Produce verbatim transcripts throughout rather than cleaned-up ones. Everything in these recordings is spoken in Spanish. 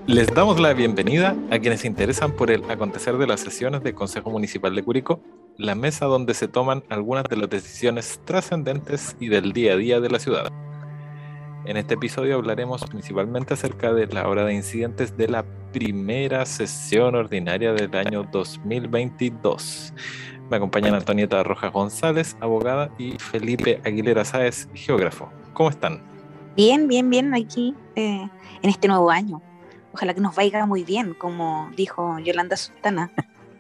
Les damos la bienvenida a quienes se interesan por el acontecer de las sesiones del Consejo Municipal de Curicó, la mesa donde se toman algunas de las decisiones trascendentes y del día a día de la ciudad. En este episodio hablaremos principalmente acerca de la hora de incidentes de la primera sesión ordinaria del año dos mil veintidós. Me acompañan Antonieta Rojas González, abogada, y Felipe Aguilera Sáez, geógrafo. ¿Cómo están? Bien, bien, bien aquí eh, en este nuevo año. Ojalá que nos vaya muy bien, como dijo Yolanda Sultana.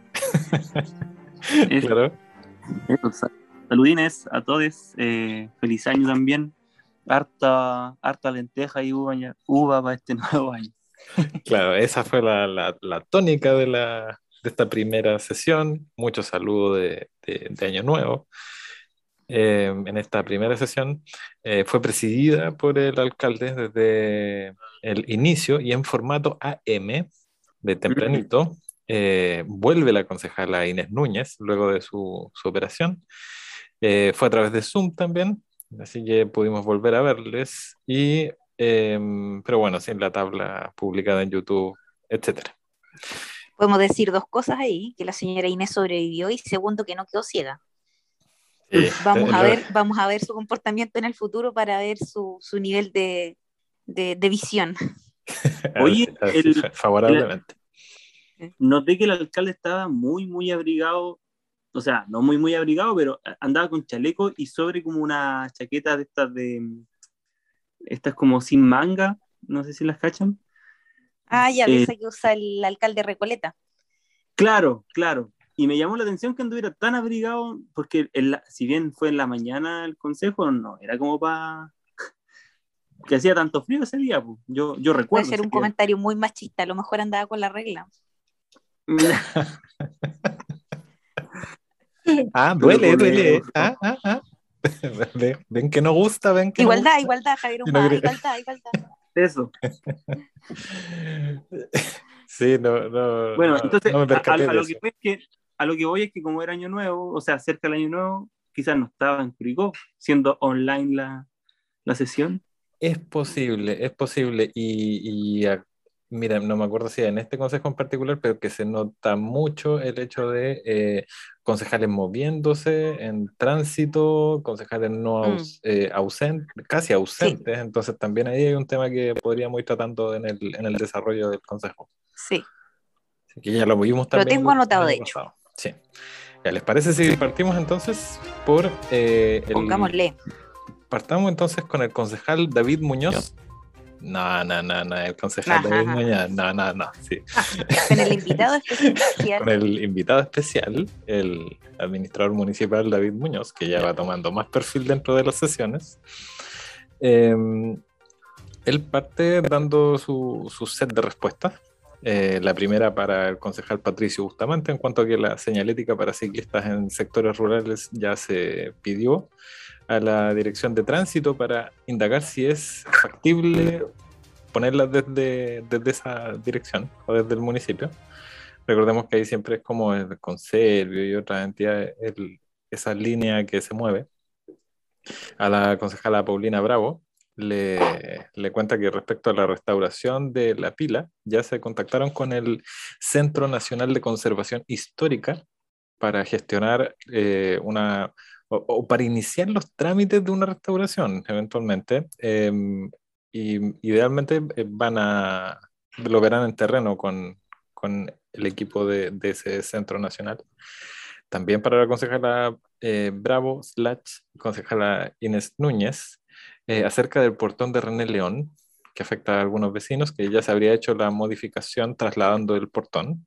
Es- Claro. eso, sa- Saludines a todos, eh, feliz año también, harta, harta lenteja y uva, ya- uva para este nuevo año. Claro, esa fue la, la- la tónica de, la, de esta primera sesión. Mucho saludo de, de- de Año Nuevo. Eh, en esta primera sesión eh, fue presidida por el alcalde desde el inicio y en formato A M de Mm. tempranito. Eh, vuelve la concejala Inés Núñez luego de su, su operación. Eh, fue a través de Zoom también, así que pudimos volver a verles. Y, em, pero bueno, sin la tabla publicada en YouTube, etcétera. Podemos decir dos cosas ahí, que la señora Inés sobrevivió y segundo, que no quedó ciega. Sí, Vamos a lo- ver, vamos a ver su comportamiento en el futuro para ver su, su nivel de, de, de visión. así- Oye, así, el, el- favorablemente. noté que el alcalde estaba muy, muy abrigado, o sea, no muy, muy abrigado, pero andaba con chaleco y sobre como una chaqueta de estas de, estas como sin manga, no sé si las cachan. Ah, ya, de Eh, esa que usa el alcalde Recoleta. Claro, claro. Y me llamó la atención que anduviera tan abrigado, porque en la- si bien fue en la mañana el consejo, no, era como para que hacía tanto frío ese día, pues. Yo, yo Puede recuerdo ser ese un día. comentario muy machista, a lo mejor andaba con la regla. Ah, Lo duele, duele. podemos. Ah, ah, ah. Ven, ven que no gusta, ven que no Igualdad, gusta. igualdad, Javier Y no Humada, quería- igualdad, igualdad. Eso. Sí, no, no, Bueno, no, entonces no me a, a- percaté a de lo que eso. voy es que a lo que voy es que como era año nuevo, o sea, cerca del año nuevo, quizás no estaba en Curicó, siendo online la, la sesión. Es posible, es posible. Y, y, ah, mira, no me acuerdo si en este consejo en particular, pero que se nota mucho el hecho de eh, concejales moviéndose en tránsito, concejales no Mm, aus- eh, ausentes, casi sí, ausentes. Entonces también ahí hay un tema que podríamos ir tratando en el, en el desarrollo del consejo. sí. Así que ya lo vimos Lo también tengo el, el anotado, de año hecho. pasado. Sí. Ya, ¿les parece si partimos entonces por eh, el... Pongámosle. Partamos entonces con el concejal David Muñoz. No, no, no, no, el concejal Ajá, David ajá. Muñoz, no, no, no, sí. Con el invitado especial. Con el invitado especial, el administrador municipal David Muñoz, que ya va tomando más perfil dentro de las sesiones. Eh, Él parte dando su, su set de respuestas. Eh, la primera para el concejal Patricio Bustamante, en cuanto a que la señalética para ciclistas en sectores rurales ya se pidió a la Dirección de Tránsito para indagar si es factible ponerlas desde, desde esa dirección o desde el municipio. Recordemos que ahí siempre es como el Conservio y otras entidades, el, esa línea que se mueve. A la concejala Paulina Bravo le, le cuenta que respecto a la restauración de la pila, ya se contactaron con el Centro Nacional de Conservación Histórica para gestionar eh, una, o, o para iniciar los trámites de una restauración eventualmente. Eh, y idealmente eh, van a, lo verán en terreno con, con el equipo de, de ese Centro Nacional. También para la concejala eh, Bravo, slash, concejala Inés Núñez, eh, acerca del portón de René León, que afecta a algunos vecinos, que ya se habría hecho la modificación trasladando el portón.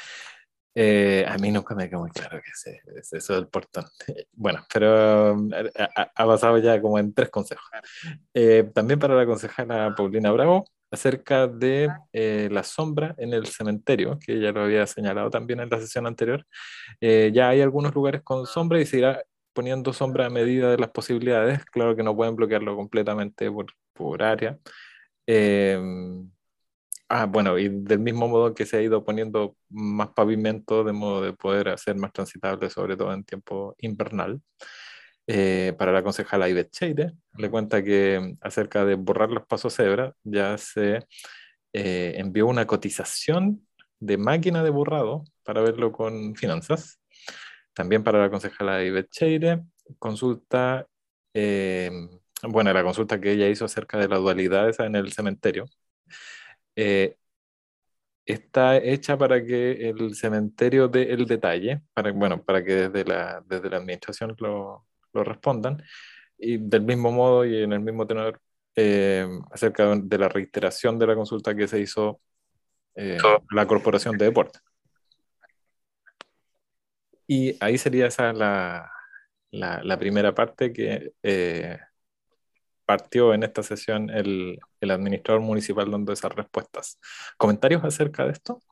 Eh, a mí nunca me quedó muy claro qué es, es eso del portón. Bueno, pero um, ha, ha- ha pasado ya como en tres consejos. Eh, también para la concejala Paulina Bravo, acerca de eh, la sombra en el cementerio, que ya lo había señalado también en la sesión anterior. Eh, ya hay algunos lugares con sombra y se irá poniendo sombra a medida de las posibilidades. Claro que no pueden bloquearlo completamente por, por área. Eh, ah, bueno, y del mismo modo que se ha ido poniendo más pavimento de modo de poder hacer más transitable, sobre todo en tiempo invernal. Eh, para la concejala Ivette Cheire, le cuenta que acerca de borrar los pasos cebra, ya se eh, envió una cotización de máquina de borrado para verlo con finanzas. También para la concejala Ivette Cheire, consulta, eh, bueno, la consulta que ella hizo acerca de la dualidad esa en el cementerio, eh, está hecha para que el cementerio dé el detalle, para, bueno, para que desde la, desde la administración lo, lo respondan, y del mismo modo y en el mismo tenor, eh, acerca de la reiteración de la consulta que se hizo eh, la Corporación de Deportes. Y ahí sería esa la, la, la primera parte que eh, partió en esta sesión el, el administrador municipal dando esas respuestas. ¿Comentarios acerca de esto?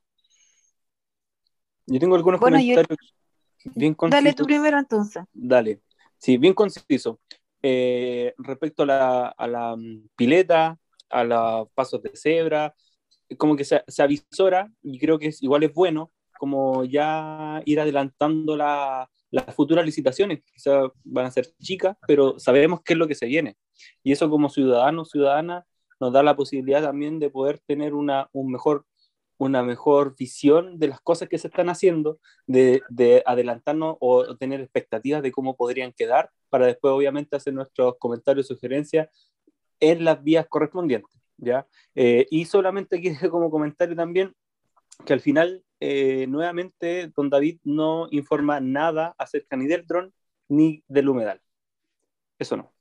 Yo tengo algunos Bueno, yo, comentarios bien dale tú concisos. primero entonces. Dale. Sí, bien conciso. Eh, respecto a la, a la mm, pileta, a los pasos de cebra, como que se, se avisora, y creo que es, igual es bueno, como ya ir adelantando la, las futuras licitaciones, que quizás van a ser chicas, pero sabemos qué es lo que se viene. Y eso como ciudadanos, ciudadanas, nos da la posibilidad también de poder tener una, un mejor, una mejor visión de las cosas que se están haciendo, de, de adelantarnos o tener expectativas de cómo podrían quedar, para después obviamente hacer nuestros comentarios y sugerencias en las vías correspondientes, ¿ya? Eh, y solamente quiero como comentario también que al final, eh, nuevamente, don David no informa nada acerca ni del dron ni del humedal. Eso no.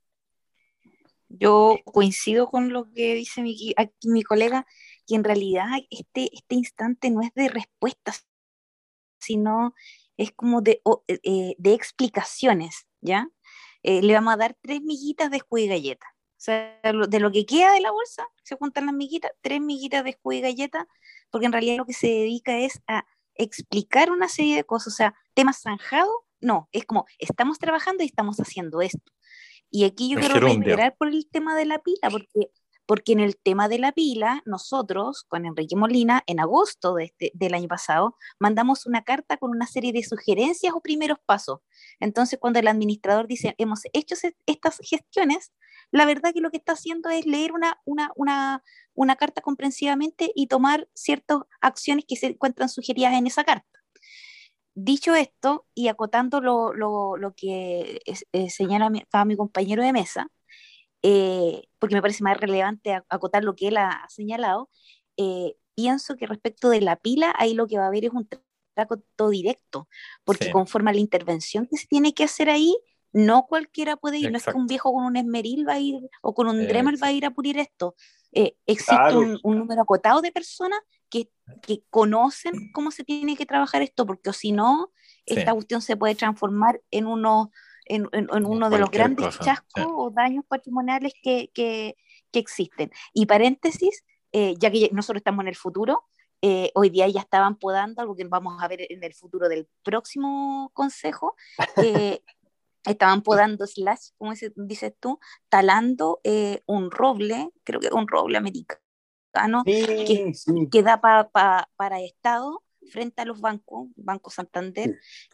Yo coincido con lo que dice mi, aquí mi colega, que en realidad este, este instante no es de respuestas, sino es como de, o- eh, de explicaciones, ¿ya? Eh, le vamos a dar tres miguitas de escudo y galleta. O sea, lo- de lo que queda de la bolsa, se juntan las miguitas, tres miguitas de escudo y galleta, porque en realidad lo que se dedica es a explicar una serie de cosas, o sea, temas zanjados, no, es como, estamos trabajando y estamos haciendo esto. Y aquí yo El quiero gerundio. reiterar por el tema de la pila, porque, porque en el tema de la pila, nosotros, con Enrique Molina, en agosto de este, del año pasado, mandamos una carta con una serie de sugerencias o primeros pasos. Entonces, cuando el administrador dice, hemos hecho estas gestiones, la verdad que lo que está haciendo es leer una, una, una, una carta comprensivamente y tomar ciertas acciones que se encuentran sugeridas en esa carta. Dicho esto, y acotando lo, lo, lo que es, eh, señala mi, acá mi compañero de mesa, eh, porque me parece más relevante a- acotar lo que él ha señalado, eh, pienso que respecto de la pila, ahí lo que va a haber es un trato directo, porque Sí, conforme a la intervención que se tiene que hacer ahí, no cualquiera puede ir, no es que un exacto. viejo con un esmeril va a ir o con un Eh, Dremel va a ir exacto. a pulir esto. Eh, existe Claro. un, un número acotado de personas que, que conocen cómo se tiene que trabajar esto, porque o si no, Sí, esta cuestión se puede transformar en uno en, en, en en uno de los cualquier grandes cosa. Sí. chascos o daños patrimoniales que, que, que existen. Y paréntesis, eh, ya que nosotros estamos en el futuro, eh, hoy día ya estaban podando, algo que vamos a ver en el futuro del próximo consejo, eh, estaban podando slash, como dices tú, talando eh, un roble, creo que un roble americano, que, Sí, sí. que da pa, pa, para Estado frente a los bancos, Banco Santander, Sí,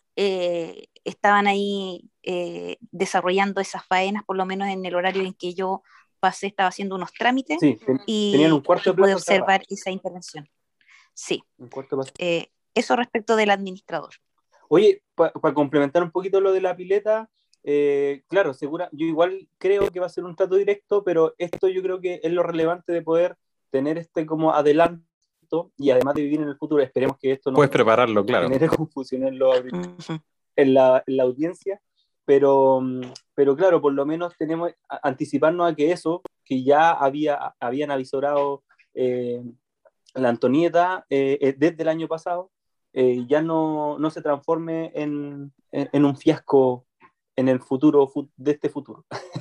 eh, estaban ahí eh, desarrollando esas faenas, por lo menos en el horario en que yo pasé, estaba haciendo unos trámites sí. Ten- tenían un y, cuarto y de pude plazo cada rato. observar esa intervención. Sí, Un cuarto de plazo. eh, eso respecto del administrador. Oye, para complementar un poquito lo de la pileta, eh, claro, segura, yo igual creo que va a ser un trato directo, pero esto yo creo que es lo relevante de poder tener este como adelanto y además de vivir en el futuro, esperemos que esto Puedes no prepararlo, claro. genere confusión en, lo, Uh-huh. en, la, en la audiencia, pero, pero claro, por lo menos tenemos a, anticiparnos a que eso, que ya había, habían avisorado eh, la Antonieta eh, desde el año pasado, eh, ya no, no se transforme en, en, en, un fiasco en el futuro de este futuro.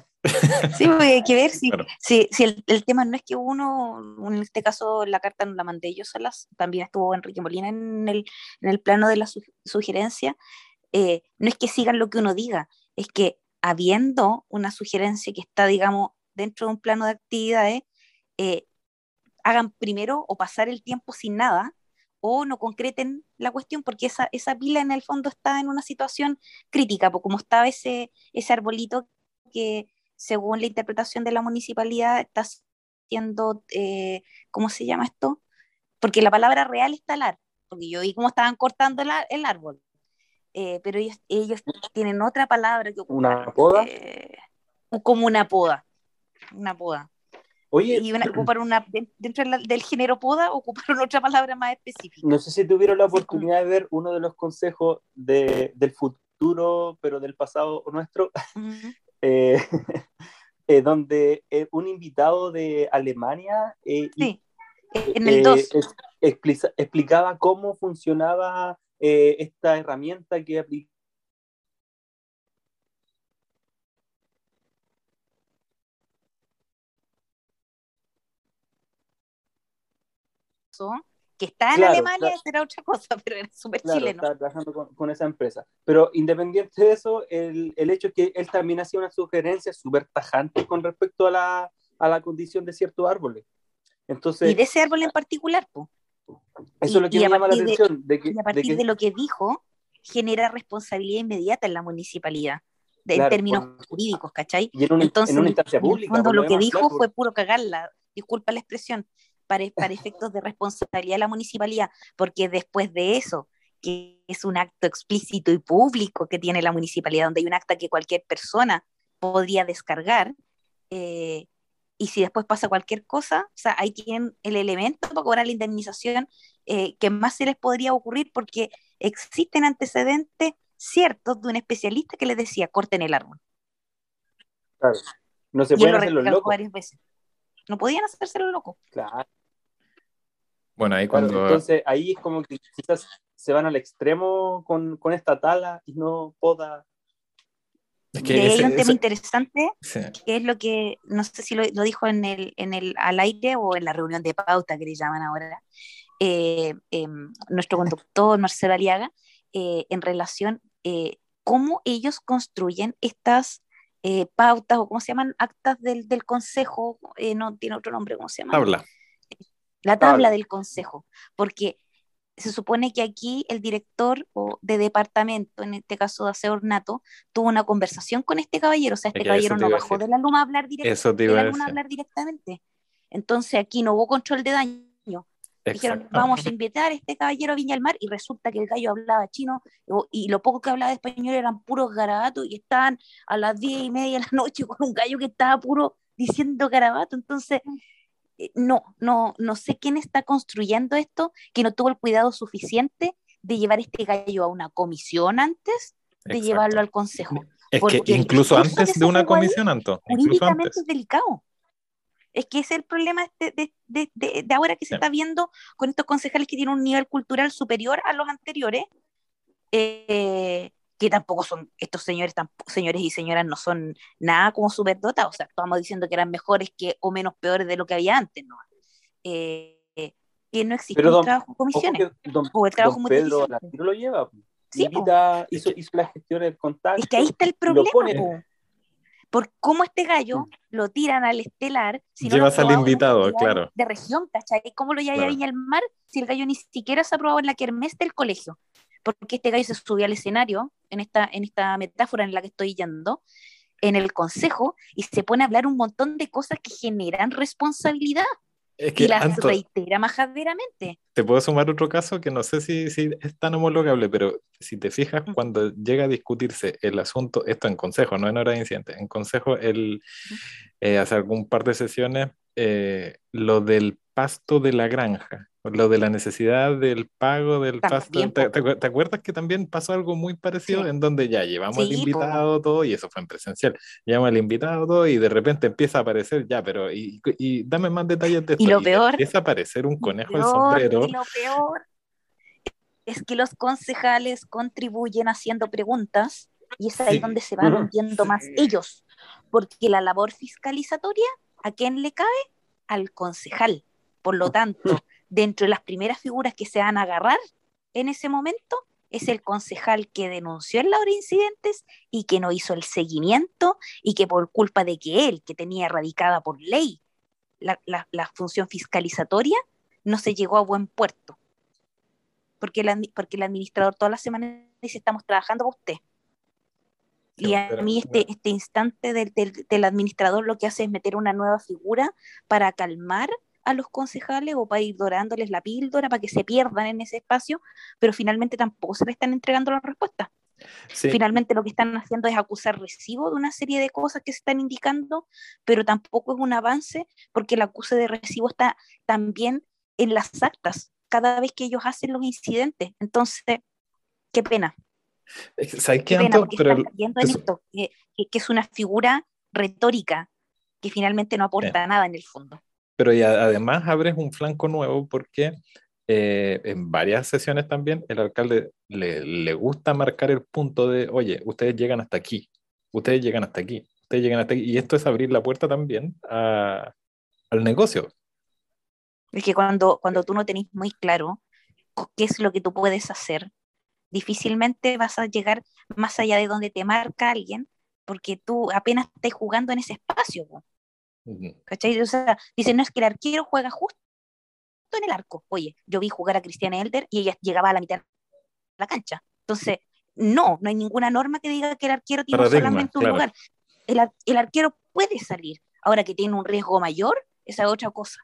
Sí, porque hay que ver si, Claro. si, si el, el, tema no es que uno, en este caso la carta no la mandé yo solas, también estuvo Enrique Molina en el, en el plano de la su, sugerencia, eh, no es que sigan lo que uno diga, es que habiendo una sugerencia que está, digamos, dentro de un plano de actividades, eh, hagan primero o pasar el tiempo sin nada o no concreten la cuestión porque esa, esa pila en el fondo está en una situación crítica, porque como estaba ese, ese arbolito que según la interpretación de la municipalidad está haciendo, eh, ¿cómo se llama esto? Porque la palabra real es talar, porque yo vi cómo estaban cortando el, ar- el árbol, eh, pero ellos, ellos tienen otra palabra que ¿Una ocuparon, poda? eh, como una poda, una poda. Oye, Y una, ocuparon una, de- dentro de la- del género poda, ocuparon otra palabra más no específica. sé si tuvieron la Así es como, oportunidad de ver uno de los consejos de, del futuro, pero del pasado nuestro, mm, eh, eh, donde eh, un invitado de Alemania eh, y, sí, en el eh, dos. es- explica- explicaba cómo funcionaba eh, esta herramienta que aplicaba. Que está en Claro, Alemania, cla- esa era otra cosa, pero era súper claro, chileno. estaba trabajando con, con esa empresa. Pero independiente de eso, el, el hecho es que él también hacía una sugerencia súper tajante con respecto a la, a la condición de ciertos árboles. Y Entonces, de ese árbol en particular, po. eso es Y, lo que y me a llama la partir de, atención, de que, y a de partir de que lo que dijo, genera responsabilidad inmediata en la municipalidad, de- en claro, términos por, jurídicos, ¿cachai? y en una, en Entonces, una en, instancia en el pública, fondo por lo lo que demás, claro. dijo Por, fue puro cagarla, disculpa la expresión, para, para efectos de responsabilidad de la municipalidad, porque después de eso, que es un acto explícito y público que tiene la municipalidad, donde hay un acta que cualquier persona podría descargar, eh, y si después pasa cualquier cosa, o sea, ahí tienen el elemento para cobrar la indemnización eh, que más se les podría ocurrir porque existen antecedentes ciertos de un especialista que les decía, corten el árbol. claro, no se Y él pueden lo hacer los recalcó locos. varias veces. No podían hacérselo loco. Claro, Bueno, ahí claro. cuando... Entonces ahí es como que quizás se van al extremo con, con esta tala y no poda. Es Y que ahí hay un ese, tema ese, interesante, sí. que es lo que, no sé si lo, lo dijo en el, en el al aire o en la reunión de pauta que le llaman ahora, eh, eh, nuestro conductor Marcelo Aliaga, eh, en relación eh, cómo ellos construyen estas eh, pautas o cómo se llaman actas del, del consejo, eh, no tiene otro nombre, ¿cómo se llaman? Habla. La tabla Tabla. del consejo, porque se supone que aquí el director o de departamento, en este caso de Aseo Ornato, tuvo una conversación con este caballero, o sea, Es este que eso caballero te no iba a bajó decir. de la luna a hablar, direct, Eso te de iba la a luna a decir. hablar directamente. Entonces aquí no hubo control de daño. Dijeron, vamos a Exactamente. invitar a este caballero a Viña del Mar y resulta que el gallo hablaba chino o- y lo poco que hablaba de español eran puros garabatos y estaban a las diez y media de la noche con un gallo que estaba puro diciendo garabato. Entonces, eh, no, no, no sé quién está construyendo esto, que no tuvo el cuidado suficiente de llevar este gallo a una comisión antes de llevarlo Exacto. al consejo, Es que porque el incluso discurso que antes de se una pegó ahí comisión, Anto, incluso jurídicamente antes. es delicado. Es que ese es el problema de, de, de, de, de ahora que se Sí. está viendo con estos concejales que tienen un nivel cultural superior a los anteriores, eh, que tampoco son, estos señores, tampoco, señores y señoras no son nada como superdotados, o sea, estamos diciendo que eran mejores que o menos peores de lo que había antes, ¿no? Eh, que no existe Pero un don, trabajo en ojo comisiones que don, o el don trabajo muy Pedro deficiente. Latino lo lleva. Sí, po. Invita, Es hizo, que, hizo la gestión del Es que ahí contacto está el y lo problema, pone. eh, po. Por cómo este gallo lo tiran al estelar si no lo han llevas al probado en un invitado, festival claro, de región, ¿cachai? ¿Cómo lo lleva a claro. Viña del Mar si el gallo ni siquiera se ha probado en la kermés del colegio? Porque este gallo se subió al escenario, en esta, en esta metáfora en la que estoy yendo, en el consejo, y se pone a hablar un montón de cosas que generan responsabilidad Es y que, las Anto, reitera majaderamente. te puedo sumar otro caso que no sé si, si es tan homologable, pero si te fijas, cuando llega a discutirse el asunto, esto en consejo, no en hora de incidente, en consejo, el, eh, hace algún par de sesiones, eh, lo del pasto de la granja, lo de la necesidad del pago del pasto. También, ¿Te, po. te acuer- te acuerdas que también pasó algo muy parecido Sí, en donde ya llevamos al sí, po. invitado todo, y eso fue en presencial, llevamos al invitado todo y de repente empieza a aparecer, ya, pero y, y dame más detalles de Y esto, lo y te peor, empieza a aparecer un y lo conejo al peor, sombrero. y lo peor es que los concejales contribuyen haciendo preguntas y es ahí Sí, donde se van hundiendo más ellos, porque la labor fiscalizatoria, ¿a quién le cabe? Al concejal. Por lo tanto, dentro de las primeras figuras que se van a agarrar en ese momento, es el concejal que denunció en la hora de incidentes y que no hizo el seguimiento y que por culpa de que él, que tenía erradicada por ley la, la, la función fiscalizatoria, no se llegó a buen puerto porque el, porque el administrador toda la semana dice estamos trabajando para usted. Sí, Y a pero, mí este, este instante del, del, del administrador lo que hace es meter una nueva figura para calmar a los concejales o para ir dorándoles la píldora para que se pierdan en ese espacio, pero finalmente tampoco se le están entregando las respuestas. sí, Finalmente lo que están haciendo es acusar recibo de una serie de cosas que se están indicando, pero tampoco es un avance porque el acuse de recibo está también en las actas cada vez que ellos hacen los incidentes. Entonces, qué pena, ¿sabes qué, qué pena, Anto? porque Pero están el- cayendo en eso, esto, que, que, que es una figura retórica que finalmente no sí. aporta nada en el fondo. Pero y a- además abres un flanco nuevo porque eh, en varias sesiones también el alcalde le, le gusta marcar el punto de, oye, ustedes llegan hasta aquí, ustedes llegan hasta aquí, ustedes llegan hasta aquí. Y esto es abrir la puerta también a- al negocio. Es que cuando, cuando tú no tenés muy claro qué es lo que tú puedes hacer, difícilmente vas a llegar más allá de donde te marca alguien, porque tú apenas estás jugando en ese espacio, po, Ujú. ¿cachai? O sea, dicen, no, es que el arquero juega justo en el arco. Oye, yo vi jugar a Cristiana Elder y ella llegaba a la mitad de la cancha. Entonces, no, no hay ninguna norma que diga que el arquero tiene Paradigma, solamente un claro. lugar. El, ar- el arquero puede salir. Ahora que tiene un riesgo mayor, esa es otra cosa,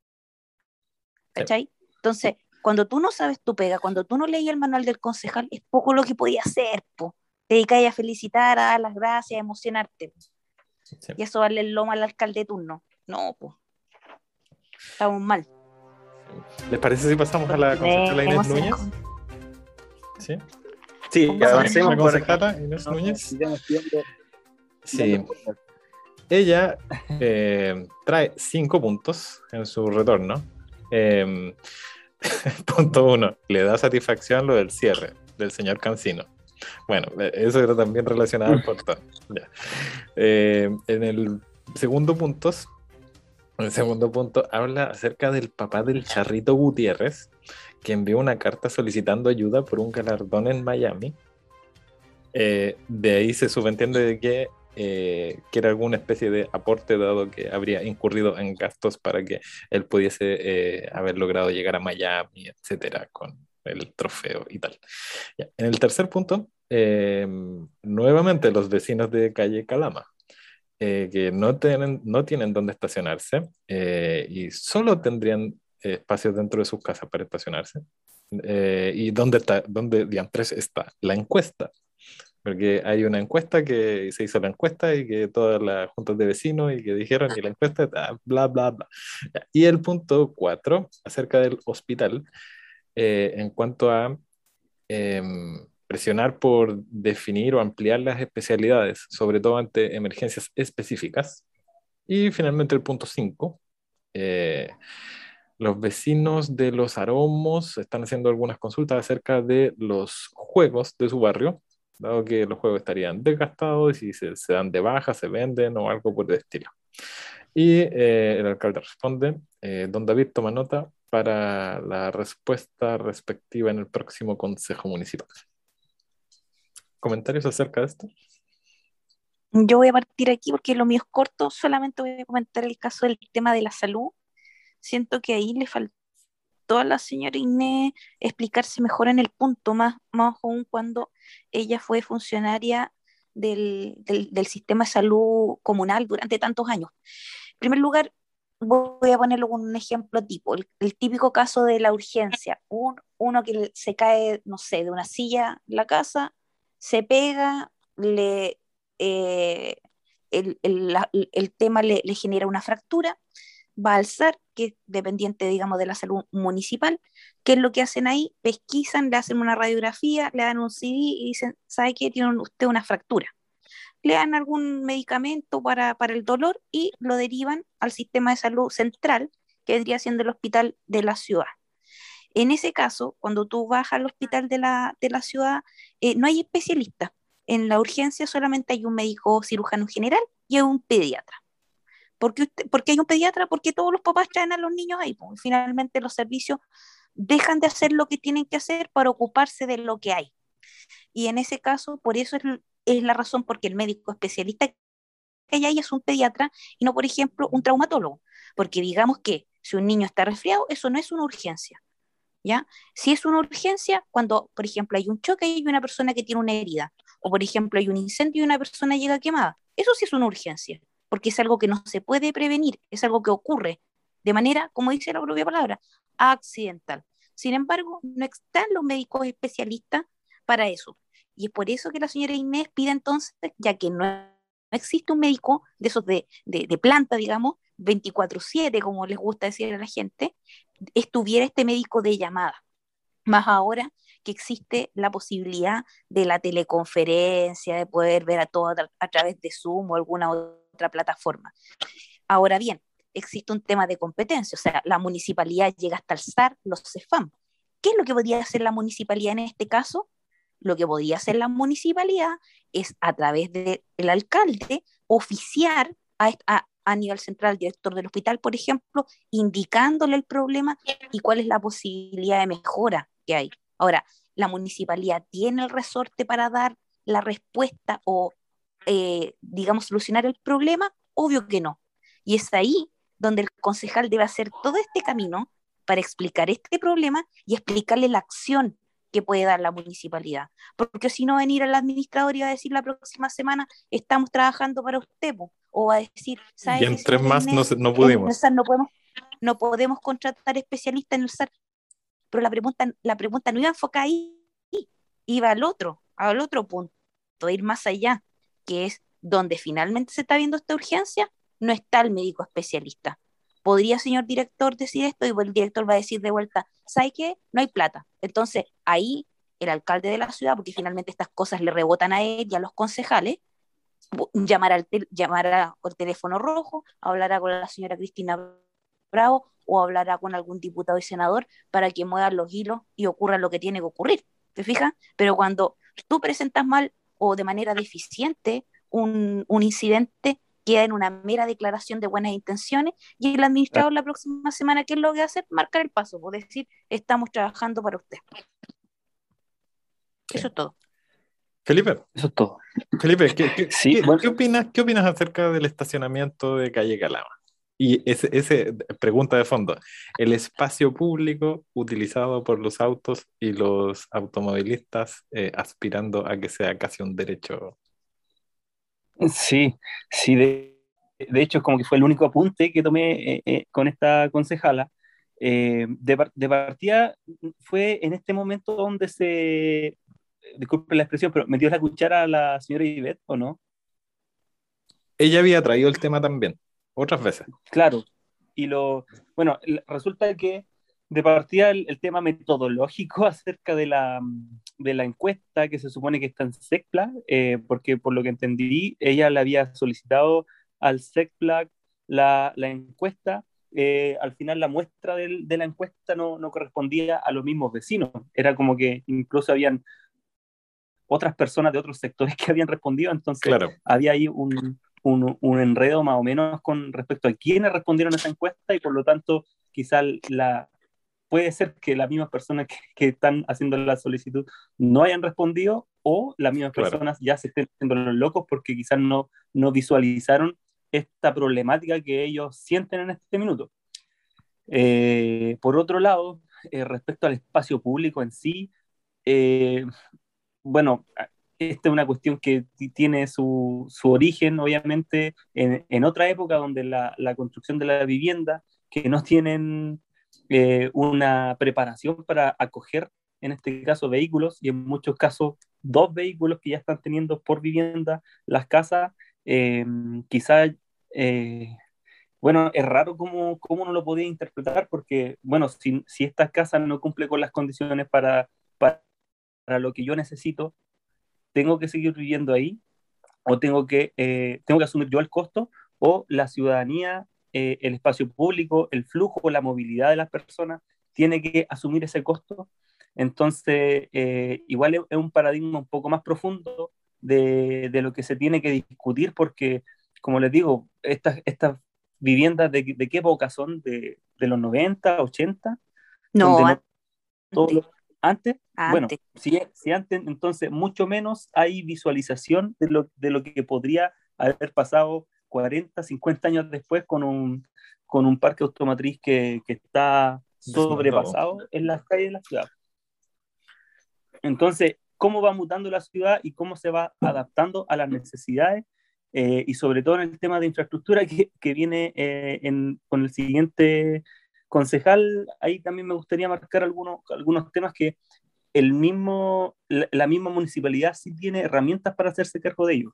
Sí. ¿cachai? Entonces, cuando tú no sabes tu pega, cuando tú no lees el manual del concejal, es poco lo que podías hacer, po. Te dedicas a felicitar, a dar las gracias, a emocionarte. Sí. Y eso darle el lomo al alcalde de turno. No, pues, estamos mal. ¿Les parece si pasamos a la concejala Inés Continuemos en Núñez? con- Sí. Sí, Vamos a ver. avancemos La por aquí. concejala Inés No, Núñez. sigamos viendo- Sí. viendo cosas. Ella eh, trae cinco puntos en su retorno. Eh, punto uno, le da satisfacción lo del cierre del señor Cancino. Bueno, eh, eso era también relacionado al portón. Ya. Eh, en el segundo punto, en el segundo punto habla acerca del papá del Charrito Gutiérrez, que envió una carta solicitando ayuda por un galardón en Miami. Eh, de ahí se subentiende de que, eh, que era alguna especie de aporte, dado que habría incurrido en gastos para que él pudiese eh, haber logrado llegar a Miami, etcétera, con el trofeo y tal. Ya. En el tercer punto, eh, nuevamente los vecinos de calle Calama, eh, que no tienen, no tienen dónde estacionarse eh, y solo tendrían eh, espacios dentro de sus casas para estacionarse. Eh, ¿y dónde está, dónde diantres está la encuesta? Porque hay una encuesta que se hizo la encuesta y que todas las juntas de vecinos y que dijeron y la encuesta, ah, bla, bla, bla. Ya. Y el punto cuatro, acerca del hospital, eh, en cuanto a em, presionar por definir o ampliar las especialidades, sobre todo ante emergencias específicas. Y finalmente el punto cinco, eh, los vecinos de Los Aromos están haciendo algunas consultas acerca de los juegos de su barrio, dado que los juegos estarían desgastados y se, se dan de baja, se venden o algo por el estilo. Y eh, el alcalde responde, eh, don David toma nota para la respuesta respectiva en el próximo Consejo Municipal. ¿Comentarios acerca de esto? Yo voy a partir aquí porque lo mío es corto, solamente voy a comentar el caso del tema de la salud. Siento que ahí le faltó a la señora Inés explicarse mejor en el punto, más, más aún cuando ella fue funcionaria del, del, del sistema de salud comunal durante tantos años. En primer lugar, voy a ponerlo con un ejemplo tipo, el, el típico caso de la urgencia. Un, uno que se cae, no sé, de una silla en la casa, se pega, le, eh, el, el, la, el, tema le, le genera una fractura, va al S A R, que es dependiente, digamos, de la salud municipal. ¿Qué es lo que hacen ahí? Pesquisan, le hacen una radiografía, le dan un C D y dicen, ¿sabe qué? Tiene usted una fractura. Le dan algún medicamento para, para el dolor y lo derivan al sistema de salud central, que vendría siendo el hospital de la ciudad. En ese caso, cuando tú vas al hospital de la, de la ciudad, eh, no hay especialistas. En la urgencia solamente hay un médico cirujano general y un pediatra. ¿Por qué, usted, ¿Por qué hay un pediatra? Porque todos los papás traen a los niños ahí. Pues. Finalmente los servicios dejan de hacer lo que tienen que hacer para ocuparse de lo que hay. Y en ese caso, por eso es, es la razón porque el médico especialista que hay ahí es un pediatra y no, por ejemplo, un traumatólogo. Porque digamos que si un niño está resfriado, eso no es una urgencia. ¿Ya? Si es una urgencia, cuando, por ejemplo, hay un choque y hay una persona que tiene una herida, o por ejemplo hay un incendio y una persona llega quemada. Eso sí es una urgencia, porque es algo que no se puede prevenir, es algo que ocurre de manera, como dice la propia palabra, accidental. Sin embargo, no están los médicos especialistas para eso. Y es por eso que la señora Inés pide entonces, ya que no, no existe un médico de esos de, de, de planta, digamos, veinticuatro siete, como les gusta decir a la gente, estuviera este médico de llamada. Más ahora que existe la posibilidad de la teleconferencia, de poder ver a todos a, a través de Zoom o alguna otra plataforma. Ahora bien, existe un tema de competencia, o sea, la municipalidad llega hasta alzar los CEFAM. ¿Qué es lo que podría hacer la municipalidad en este caso? Lo que podría hacer la municipalidad es, a través del alcalde, oficiar a, a, a nivel central, al director del hospital, por ejemplo, indicándole el problema y cuál es la posibilidad de mejora que hay. Ahora, ¿la municipalidad tiene el resorte para dar la respuesta o, eh, digamos, solucionar el problema? Obvio que no. Y es ahí donde el concejal debe hacer todo este camino para explicar este problema y explicarle la acción que puede dar la municipalidad. Porque si no, venir al administrador y va a decir la próxima semana, estamos trabajando para usted, po. O va a decir, Y ¿sabe qué, en tres señora más no, Inés? se- no En el pudimos. S A R no podemos, no podemos contratar especialistas en el S A R, pero la pregunta, la pregunta no iba enfocada ahí, iba al otro, al otro punto, ir más allá, que es donde finalmente se está viendo esta urgencia, no está el médico especialista. ¿Podría, señor director, decir esto? Y el director va a decir de vuelta, ¿sabe qué? No hay plata. Entonces, ahí el alcalde de la ciudad, porque finalmente estas cosas le rebotan a él y a los concejales, llamar al, tel llamar al teléfono rojo, hablará con la señora Cristina Bravo o hablará con algún diputado y senador para que muevan los hilos y ocurra lo que tiene que ocurrir. ¿Te fijas? Pero cuando tú presentas mal o de manera deficiente un, un incidente, queda en una mera declaración de buenas intenciones y el administrador la próxima semana, ¿qué es lo que va a hacer? Marcar el paso, por decir, estamos trabajando para usted. Sí. Eso es todo. Felipe, Eso es todo. Felipe, ¿qué, qué, Sí, qué, bueno. ¿qué opinas, ¿qué opinas acerca del estacionamiento de calle Calama? Y ese, ese, pregunta de fondo, el espacio público utilizado por los autos y los automovilistas eh, aspirando a que sea casi un derecho. Sí, sí, de, de hecho es como que fue el único apunte que tomé eh, eh, con esta concejala. Eh, de, de partida fue en este momento donde se, disculpe la expresión, pero metió la cuchara a la señora Ivette, ¿o no? Ella había traído el tema también, otras veces. Claro, y lo, bueno, resulta que de partida el, el tema metodológico acerca de la, de la encuesta que se supone que está en SECPLA, eh, porque por lo que entendí, ella le había solicitado al SECPLA la, la encuesta, eh, al final la muestra del, de la encuesta no, no correspondía a los mismos vecinos, era como que incluso habían otras personas de otros sectores que habían respondido, entonces Claro. había ahí un, un, un enredo más o menos con respecto a quiénes respondieron a esa encuesta y por lo tanto quizá la, puede ser que las mismas personas que, que están haciendo la solicitud no hayan respondido o las mismas Claro. personas ya se estén haciendo los locos porque quizás no, no visualizaron esta problemática que ellos sienten en este minuto. Eh, por otro lado, eh, respecto al espacio público en sí, eh, bueno, esta es una cuestión que tiene su, su origen, obviamente, en, en, otra época donde la, la, construcción de la vivienda, que no tienen eh, una preparación para acoger, en este caso, vehículos, y en muchos casos, dos vehículos que ya están teniendo por vivienda las casas, eh, quizás, eh, bueno, es raro cómo, cómo uno lo podía interpretar, porque, bueno, si, si esta casa no cumple con las condiciones para, para, para lo que yo necesito, tengo que seguir viviendo ahí o tengo que, eh, tengo que asumir yo el costo o la ciudadanía, eh, el espacio público, el flujo, la movilidad de las personas tiene que asumir ese costo. Entonces, eh, igual es, es un paradigma un poco más profundo de, de, lo que se tiene que discutir porque, como les digo, estas, estas viviendas de, de qué época son, de, de los noventa, ochenta, No, donde no antes. todo lo, antes, bueno, Antes. si, si antes, entonces mucho menos hay visualización de lo, de lo que podría haber pasado cuarenta, cincuenta años después con un, con un parque automotriz que, que está sobrepasado en las calles de la ciudad. Entonces, cómo va mutando la ciudad y cómo se va adaptando a las necesidades, eh, y sobre todo en el tema de infraestructura que, que viene eh, en, con el siguiente concejal. Ahí también me gustaría marcar algunos, algunos temas que el mismo, la, la misma municipalidad sí tiene herramientas para hacerse cargo de ellos.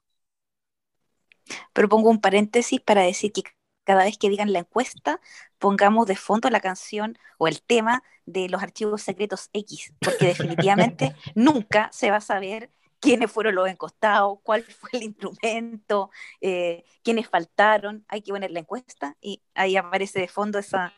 Pero pongo un paréntesis para decir que cada vez que digan la encuesta, pongamos de fondo la canción o el tema de los archivos secretos X, porque definitivamente nunca se va a saber quiénes fueron los encostados, cuál fue el instrumento, eh, quiénes faltaron. Hay que poner la encuesta y ahí aparece de fondo esa,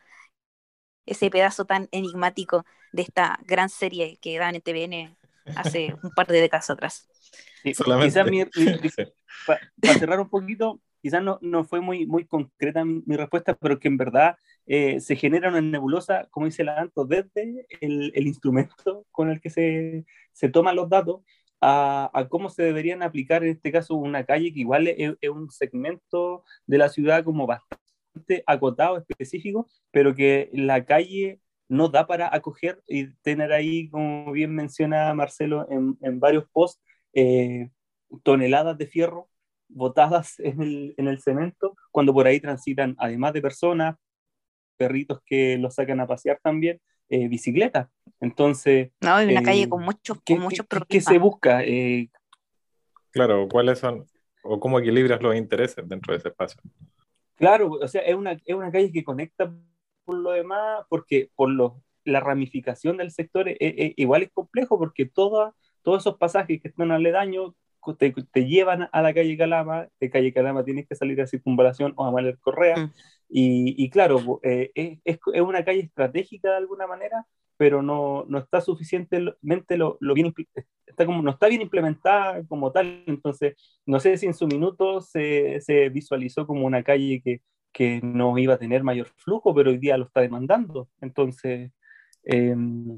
ese pedazo tan enigmático de esta gran serie que dan en T V N hace un par de décadas atrás. Sí, Solamente. quizás mi, mi, mi, Sí. para pa cerrar un poquito, quizás no, no fue muy, muy concreta mi, mi respuesta, pero que en verdad eh, se genera una nebulosa, como dice la Anto, desde el, el instrumento con el que se, se toman los datos a, a cómo se deberían aplicar en este caso una calle que igual es, es un segmento de la ciudad como bastante acotado, específico, pero que la calle no da para acoger y tener ahí, como bien menciona Marcelo en, en varios posts, eh, toneladas de fierro botadas en el, en el cemento, cuando por ahí transitan, además de personas, perritos que los sacan a pasear también, eh, bicicletas. Entonces, No, hay una calle eh, con muchos, con ¿qué, muchos qué, qué se problemas. busca? Eh, Claro, ¿cuáles son o cómo equilibras los intereses dentro de ese espacio? claro, o sea, es una, es una calle que conecta por lo demás, porque por lo, la ramificación del sector es, es, igual es complejo, porque toda, todos esos pasajes que están aledaños te, te llevan a la calle Calama. De calle Calama tienes que salir a Circunvalación o a Manuel Correa, Mm. y, y claro, eh, es, es, es, una calle estratégica de alguna manera, pero no, no está suficientemente lo, lo bien, está como, no está bien implementada como tal. Entonces no sé si en su minuto se, se visualizó como una calle que, que no iba a tener mayor flujo, pero hoy día lo está demandando. Entonces, eh,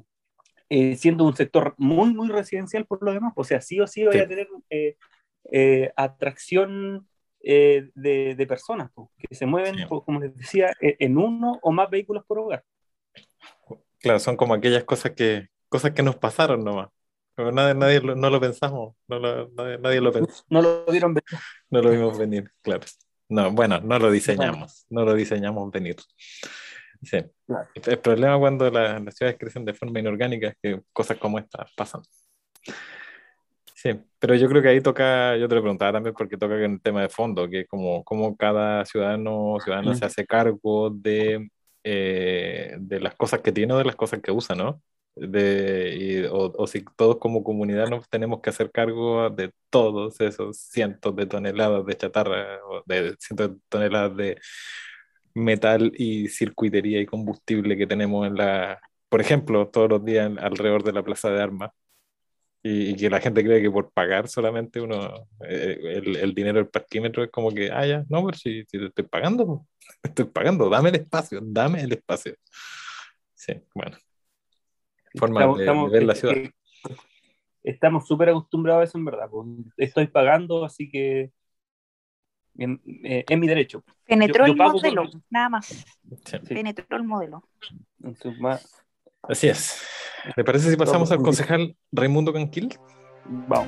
eh, siendo un sector muy, muy residencial por lo demás, o sea, sí o sí voy Sí. a tener eh, eh, atracción eh, de, de, personas pues, que se mueven, Sí. pues, como les decía, en uno o más vehículos por hogar. Claro, son como aquellas cosas que, cosas que nos pasaron nomás. Pero nadie, nadie lo- no lo pensamos, no lo- nadie, nadie lo pensó, No lo vieron venir. no lo vimos venir, claro. No, bueno, no lo Bueno, diseñamos, no lo diseñamos venir. Sí. claro. El problema cuando la- las ciudades crecen de forma inorgánica es que cosas como estas pasan. Sí, pero yo creo que ahí toca, yo te lo preguntaba también porque toca en el tema de fondo, que como, como cada ciudadano o ciudadana se Mm. hace cargo de, eh, de las cosas que tiene o de las cosas que usa, ¿no? De, y- o, o si todos como comunidad nos tenemos que hacer cargo de todos esos cientos de toneladas de chatarra, o de cientos de toneladas de metal y circuitería y combustible que tenemos en la, por ejemplo, todos los días alrededor de la plaza de armas. Y, y que la gente cree que por pagar solamente uno, eh, el, el dinero del parquímetro es como que, ah, ya, no, pero si, si te estoy pagando, po, estoy pagando, dame el espacio, dame el espacio. Sí, bueno, formas Estamos, de, de estamos, ver la es- ciudad. es- estamos súper acostumbrados a eso en verdad. Pues, estoy pagando, así que en- eh, es mi derecho. Yo, Penetró yo el pago por modelo, mi... nada más. Sí, Sí, Penetró el modelo. entonces, más, así es. ¿Le parece si pasamos al concejal Raimundo Canquil? vamos.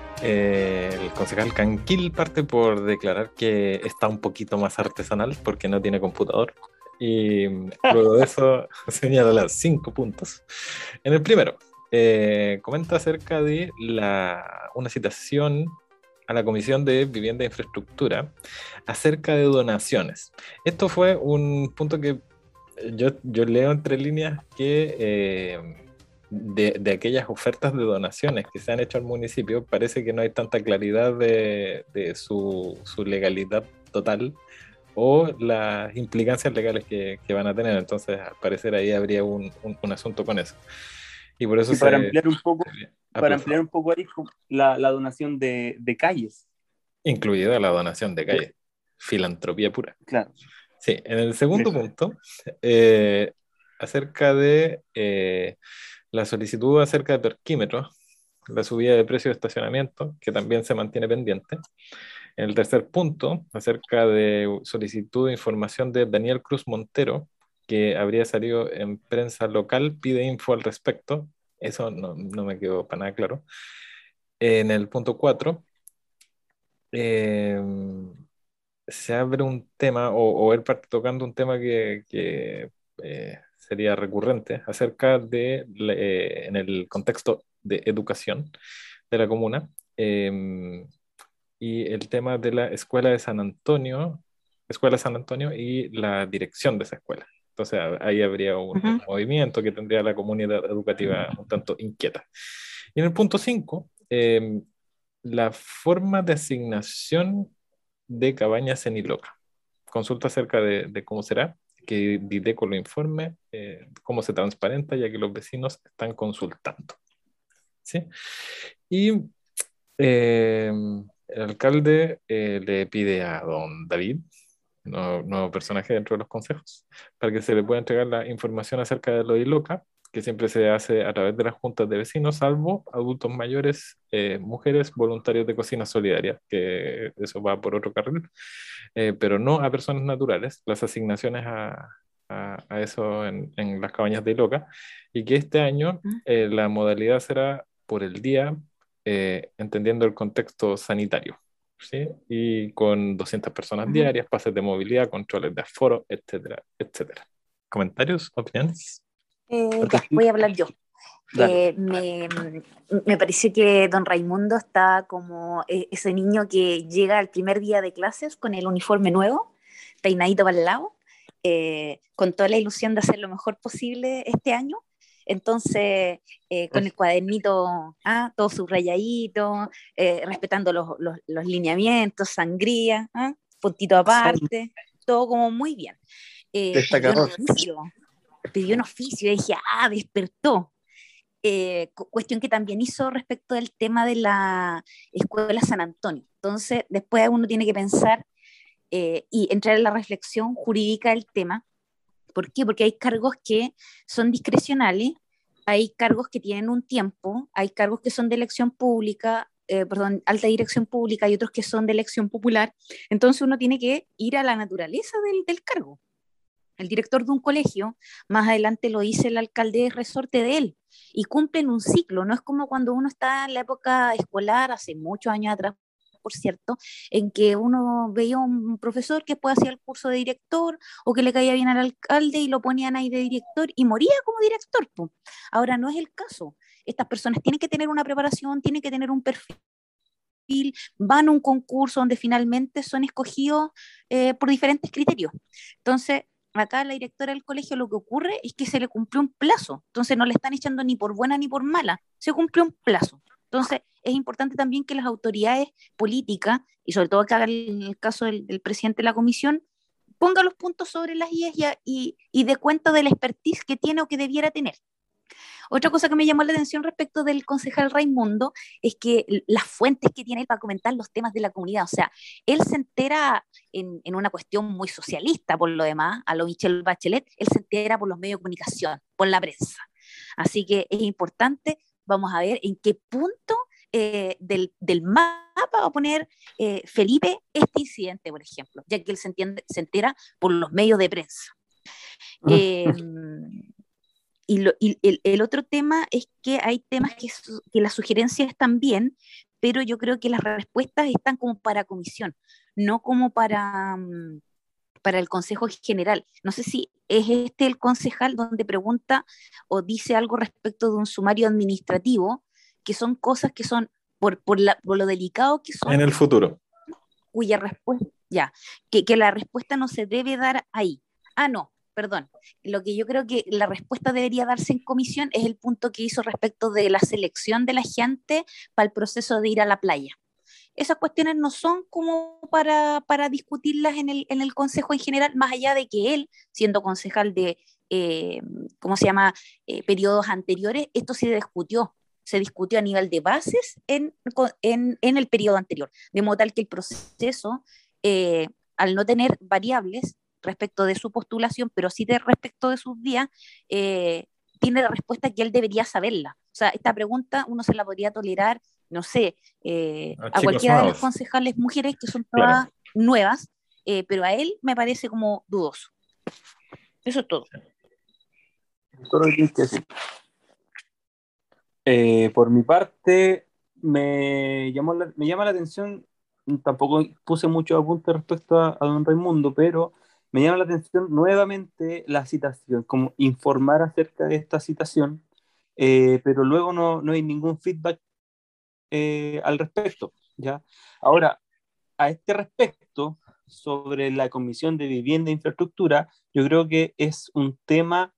Eh, el concejal Canquil parte por declarar que está un poquito más artesanal porque no tiene computador. Y luego de eso señala los cinco puntos. En el primero, eh, comenta acerca de la, una citación a la Comisión de Vivienda e Infraestructura acerca de donaciones. Esto fue un punto que yo, yo leo entre líneas que eh, de, de aquellas ofertas de donaciones que se han hecho al municipio, parece que no hay tanta claridad de, de su, su legalidad total o las implicancias legales que, que van a tener. Entonces, al parecer ahí habría un, un, un asunto con eso. Y por eso Y para se, ampliar un poco, se para aplazó, ampliar un poco ahí, la, la donación de, de calles. incluida la donación de calle. Filantropía pura. Claro. Sí, en el segundo Eso. punto, eh, acerca de eh, la solicitud acerca de perquímetros, la subida de precio de estacionamiento, que también se mantiene pendiente. En el tercer punto, acerca de solicitud de información de Daniel Cruz Montero, que habría salido en prensa local, pide info al respecto. Eso no, no me quedó para nada claro. En el punto cuatro, eh, se abre un tema, o, o él parte tocando un tema que, que, eh, sería recurrente, acerca de, eh, en el contexto de educación de la comuna, eh, y el tema de la Escuela de San Antonio, Escuela de San Antonio y la dirección de esa escuela. Entonces ahí habría un, Ujú. un movimiento que tendría la comunidad educativa un tanto inquieta. Y en el punto cinco, eh, la forma de asignación de cabañas en Iloca. Consulta acerca de, de cómo será, que Dideco lo informe, eh, cómo se transparenta, ya que los vecinos están consultando. ¿Sí? Y eh, el alcalde eh, le pide a don David, nuevo, nuevo personaje dentro de los consejos, para que se le pueda entregar la información acerca de lo de Iloca, que siempre se hace a través de las juntas de vecinos, salvo adultos mayores, eh, mujeres, voluntarios de cocina solidaria, que eso va por otro carril, eh, pero no a personas naturales, las asignaciones a, a, a eso en, en las cabañas de Iloca, y que este año eh, la modalidad será por el día, eh, entendiendo el contexto sanitario. ¿Sí? Y con doscientas personas Ujú. diarias, pases de movilidad, controles de aforo, etcétera, etcétera. ¿Comentarios? ¿Opiniones? Eh, ya, voy a hablar yo. Dale. Eh, me, me pareció que don Raimundo está como eh, ese niño que llega al primer día de clases con el uniforme nuevo, peinadito para el lado, eh, con toda la ilusión de hacer lo mejor posible este año. Entonces, eh, con el cuadernito, ah, todo subrayadito, eh, respetando los, los, los lineamientos, sangría, ah, puntito aparte, todo como muy bien. Eh, pidió un Destacador. oficio, pidió un oficio y dije, ah, despertó. Eh, cu- cuestión que también hizo respecto del tema de la Escuela San Antonio. Entonces, después uno tiene que pensar eh, y entrar en la reflexión jurídica del tema. ¿Por qué? Porque hay cargos que son discrecionales, hay cargos que tienen un tiempo, hay cargos que son de elección pública, eh, perdón, alta dirección pública, y otros que son de elección popular. Entonces uno tiene que ir a la naturaleza del, del cargo. El director de un colegio, más adelante lo dice el alcalde, es resorte de él y cumplen un ciclo. No es como cuando uno está en la época escolar, hace muchos años atrás, por cierto, en que uno veía un profesor que después hacía el curso de director o que le caía bien al alcalde y lo ponían ahí de director y moría como director. Po. Ahora no es el caso. Estas personas tienen que tener una preparación, tienen que tener un perfil, van a un concurso donde finalmente son escogidos eh, por diferentes criterios. Entonces, acá la directora del colegio lo que ocurre es que se le cumplió un plazo, entonces no le están echando ni por buena ni por mala, se cumplió un plazo. Entonces, es importante también que las autoridades políticas, y sobre todo acá en el caso del, del presidente de la comisión, ponga los puntos sobre las íes y, y, y dé cuenta de la expertise que tiene o que debiera tener. Otra cosa que me llamó la atención respecto del concejal Raimundo es que las fuentes que tiene él para comentar los temas de la comunidad, o sea, él se entera en, en una cuestión muy socialista por lo demás, a lo Michelle Bachelet, él se entera por los medios de comunicación, por la prensa. Así que es importante, vamos a ver en qué punto eh, del, del mapa va a poner eh, Felipe este incidente, por ejemplo, ya que él se, entiende, se entera por los medios de prensa. Eh, y, lo, y el, el, otro tema es que hay temas que, su, que las sugerencias están bien, pero yo creo que las respuestas están como para comisión, no como para, um, para el Consejo General. No sé si es este el concejal donde pregunta o dice algo respecto de un sumario administrativo, que son cosas que son, por, por, la, por lo delicado que son, En el futuro. cuya respuesta, ya, que, que la respuesta no se debe dar ahí. Ah, no, perdón, lo que yo creo que la respuesta debería darse en comisión es el punto que hizo respecto de la selección de la gente para el proceso de ir a la playa. Esas cuestiones no son como para, para discutirlas en el, en el Consejo en general, más allá de que él, siendo concejal de, eh, ¿cómo se llama?, eh, periodos anteriores, esto sí se discutió, se discutió a nivel de bases en, en, en el periodo anterior, de modo tal que el proceso, eh, al no tener variables, respecto de su postulación, pero sí de respecto de sus días, eh, tiene la respuesta que él debería saberla. O sea, esta pregunta uno se la podría tolerar, no sé, eh, A a chicos cualquiera de las nuevos. concejales mujeres que son todas Claro. nuevas, eh, pero a él me parece como dudoso. Eso es todo. Todo lo que tienes que decir. Eh, por mi parte, me llamó la- me llama la atención, tampoco puse muchos apuntes respecto a, a don Raimundo, pero me llama la atención nuevamente la citación, como informar acerca de esta citación, eh, pero luego no, no hay ningún feedback eh, al respecto, ¿ya? Ahora, a este respecto, sobre la Comisión de Vivienda e Infraestructura, yo creo que es un tema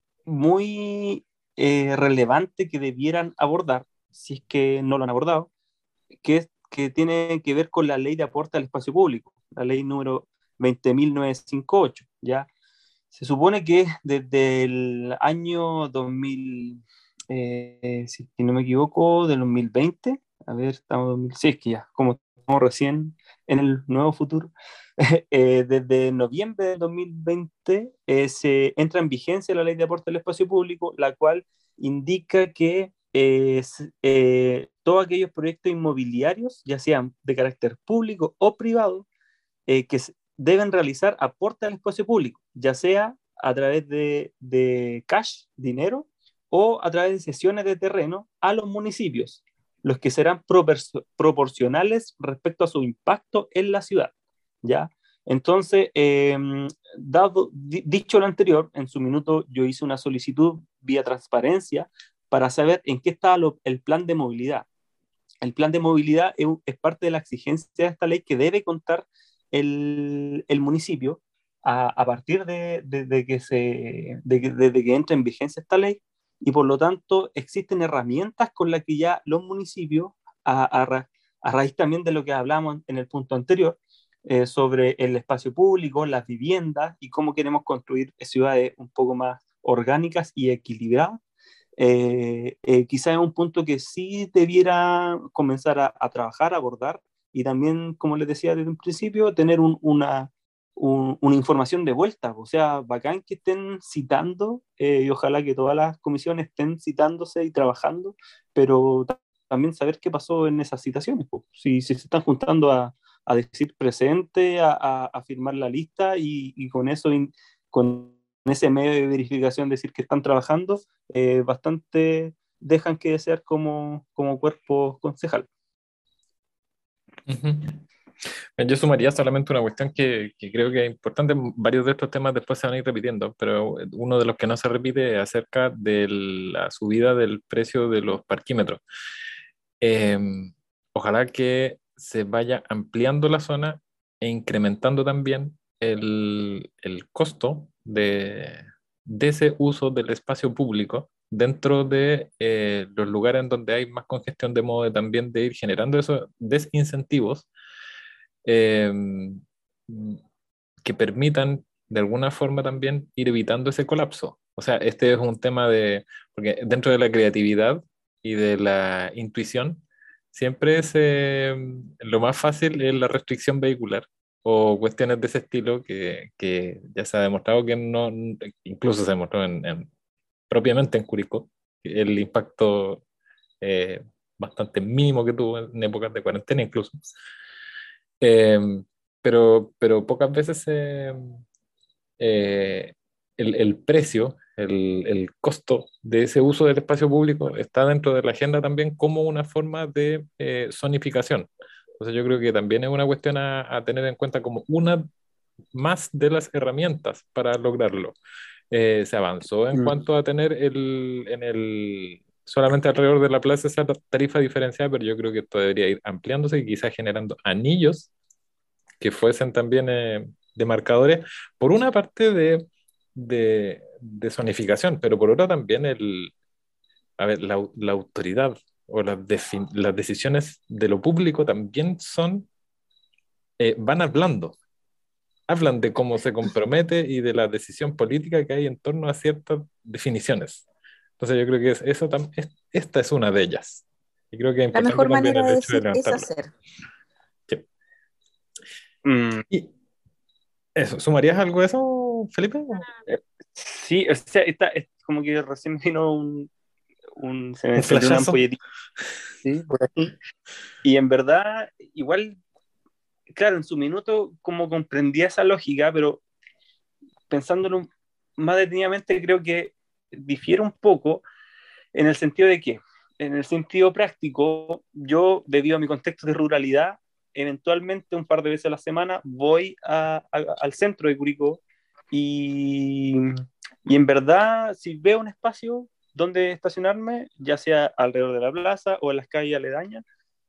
muy eh, relevante que debieran abordar, si es que no lo han abordado, que, es, que tiene que ver con la ley de aporte al espacio público, la ley número veinte mil novecientos cincuenta y ocho, ¿ya? Se supone que desde el año dos mil, eh, si no me equivoco, del dos mil veinte, a ver, estamos en dos mil seis, que ya, como estamos recién en el nuevo futuro, eh, desde noviembre del dos mil veinte eh, se entra en vigencia la ley de aporte al espacio público, la cual indica que eh, s- eh, todos aquellos proyectos inmobiliarios, ya sean de carácter público o privado, eh, que s- deben realizar aporte al espacio público, ya sea a través de, de cash, dinero, o a través de cesiones de terreno a los municipios, los que serán propor- proporcionales respecto a su impacto en la ciudad, ¿ya? Entonces, eh, dado, di- dicho lo anterior, en su minuto yo hice una solicitud vía transparencia para saber en qué estaba lo- el plan de movilidad. El plan de movilidad es, es parte de la exigencia de esta ley que debe contar el, el municipio a, a partir de, de, de que se, de, que- desde que entre en vigencia esta ley, y por lo tanto existen herramientas con las que ya los municipios, a, a, ra- a raíz también de lo que hablamos en el punto anterior, eh, sobre el espacio público, las viviendas y cómo queremos construir ciudades un poco más orgánicas y equilibradas, eh, eh, quizá es un punto que sí debiera comenzar a, a trabajar, a abordar, y también, como les decía desde un principio, tener un- una, un- una información de vuelta. O sea, bacán que estén citando, eh, y ojalá que todas las comisiones estén citándose y trabajando, pero ta- también saber qué pasó en esas citaciones, po. Si, si se están juntando a, a decir presente, a, a- a firmar la lista, y, y con eso, in- con ese medio de verificación, decir que están trabajando, eh, bastante dejan que desear como, como cuerpo concejal. Ujú. Yo sumaría solamente una cuestión que, que creo que es importante. Varios de estos temas después se van a ir repitiendo, pero uno de los que no se repite es acerca de la subida del precio de los parquímetros. Eh, Ojalá que se vaya ampliando la zona e incrementando también el, el costo de, de ese uso del espacio público dentro de eh, los lugares en donde hay más congestión, de modo de también de ir generando esos desincentivos eh, que permitan de alguna forma también ir evitando ese colapso. O sea, este es un tema de, porque dentro de la creatividad y de la intuición, siempre es eh, lo más fácil es la restricción vehicular o cuestiones de ese estilo que, que ya se ha demostrado que no, incluso se demostró en, en- propiamente en Curicó, el impacto eh, bastante mínimo que tuvo en épocas de cuarentena incluso. Eh, pero, pero pocas veces eh, eh, el, el precio, el, el costo de ese uso del espacio público está dentro de la agenda también como una forma de eh, zonificación. Entonces yo creo que también es una cuestión a, a tener en cuenta como una más de las herramientas para lograrlo. Eh, se avanzó en Mm. cuanto a tener el, en el, solamente alrededor de la plaza esa tarifa diferenciada, pero yo creo que esto debería ir ampliándose y quizás generando anillos que fuesen también eh, de marcadores, por una parte de, de, de zonificación, pero por otra también el, a ver, la, au- la autoridad o las, defin- las decisiones de lo público también son, eh, van hablando, hablan de cómo se compromete y de la decisión política que hay en torno a ciertas definiciones. Entonces yo creo que es, eso tam- es- esta es una de ellas. Y creo que es La importante mejor también manera el de hecho de decir es levantarlo. hacer. Sí. Mm, Y eso, ¿sumarías algo a eso, Felipe? eh, sí, o sea, esta, es como que recién vino un, un se me ¿Un encendió una flashazo? ampolletita, ¿sí? Por aquí. Y en verdad, igual, claro, en su minuto como comprendía esa lógica, pero pensándolo más detenidamente, creo que difiere un poco en el sentido de que en el sentido práctico, yo, debido a mi contexto de ruralidad, eventualmente un par de veces a la semana voy a, a, al centro de Curicó y, y en verdad, si veo un espacio donde estacionarme, ya sea alrededor de la plaza o en las calles aledañas,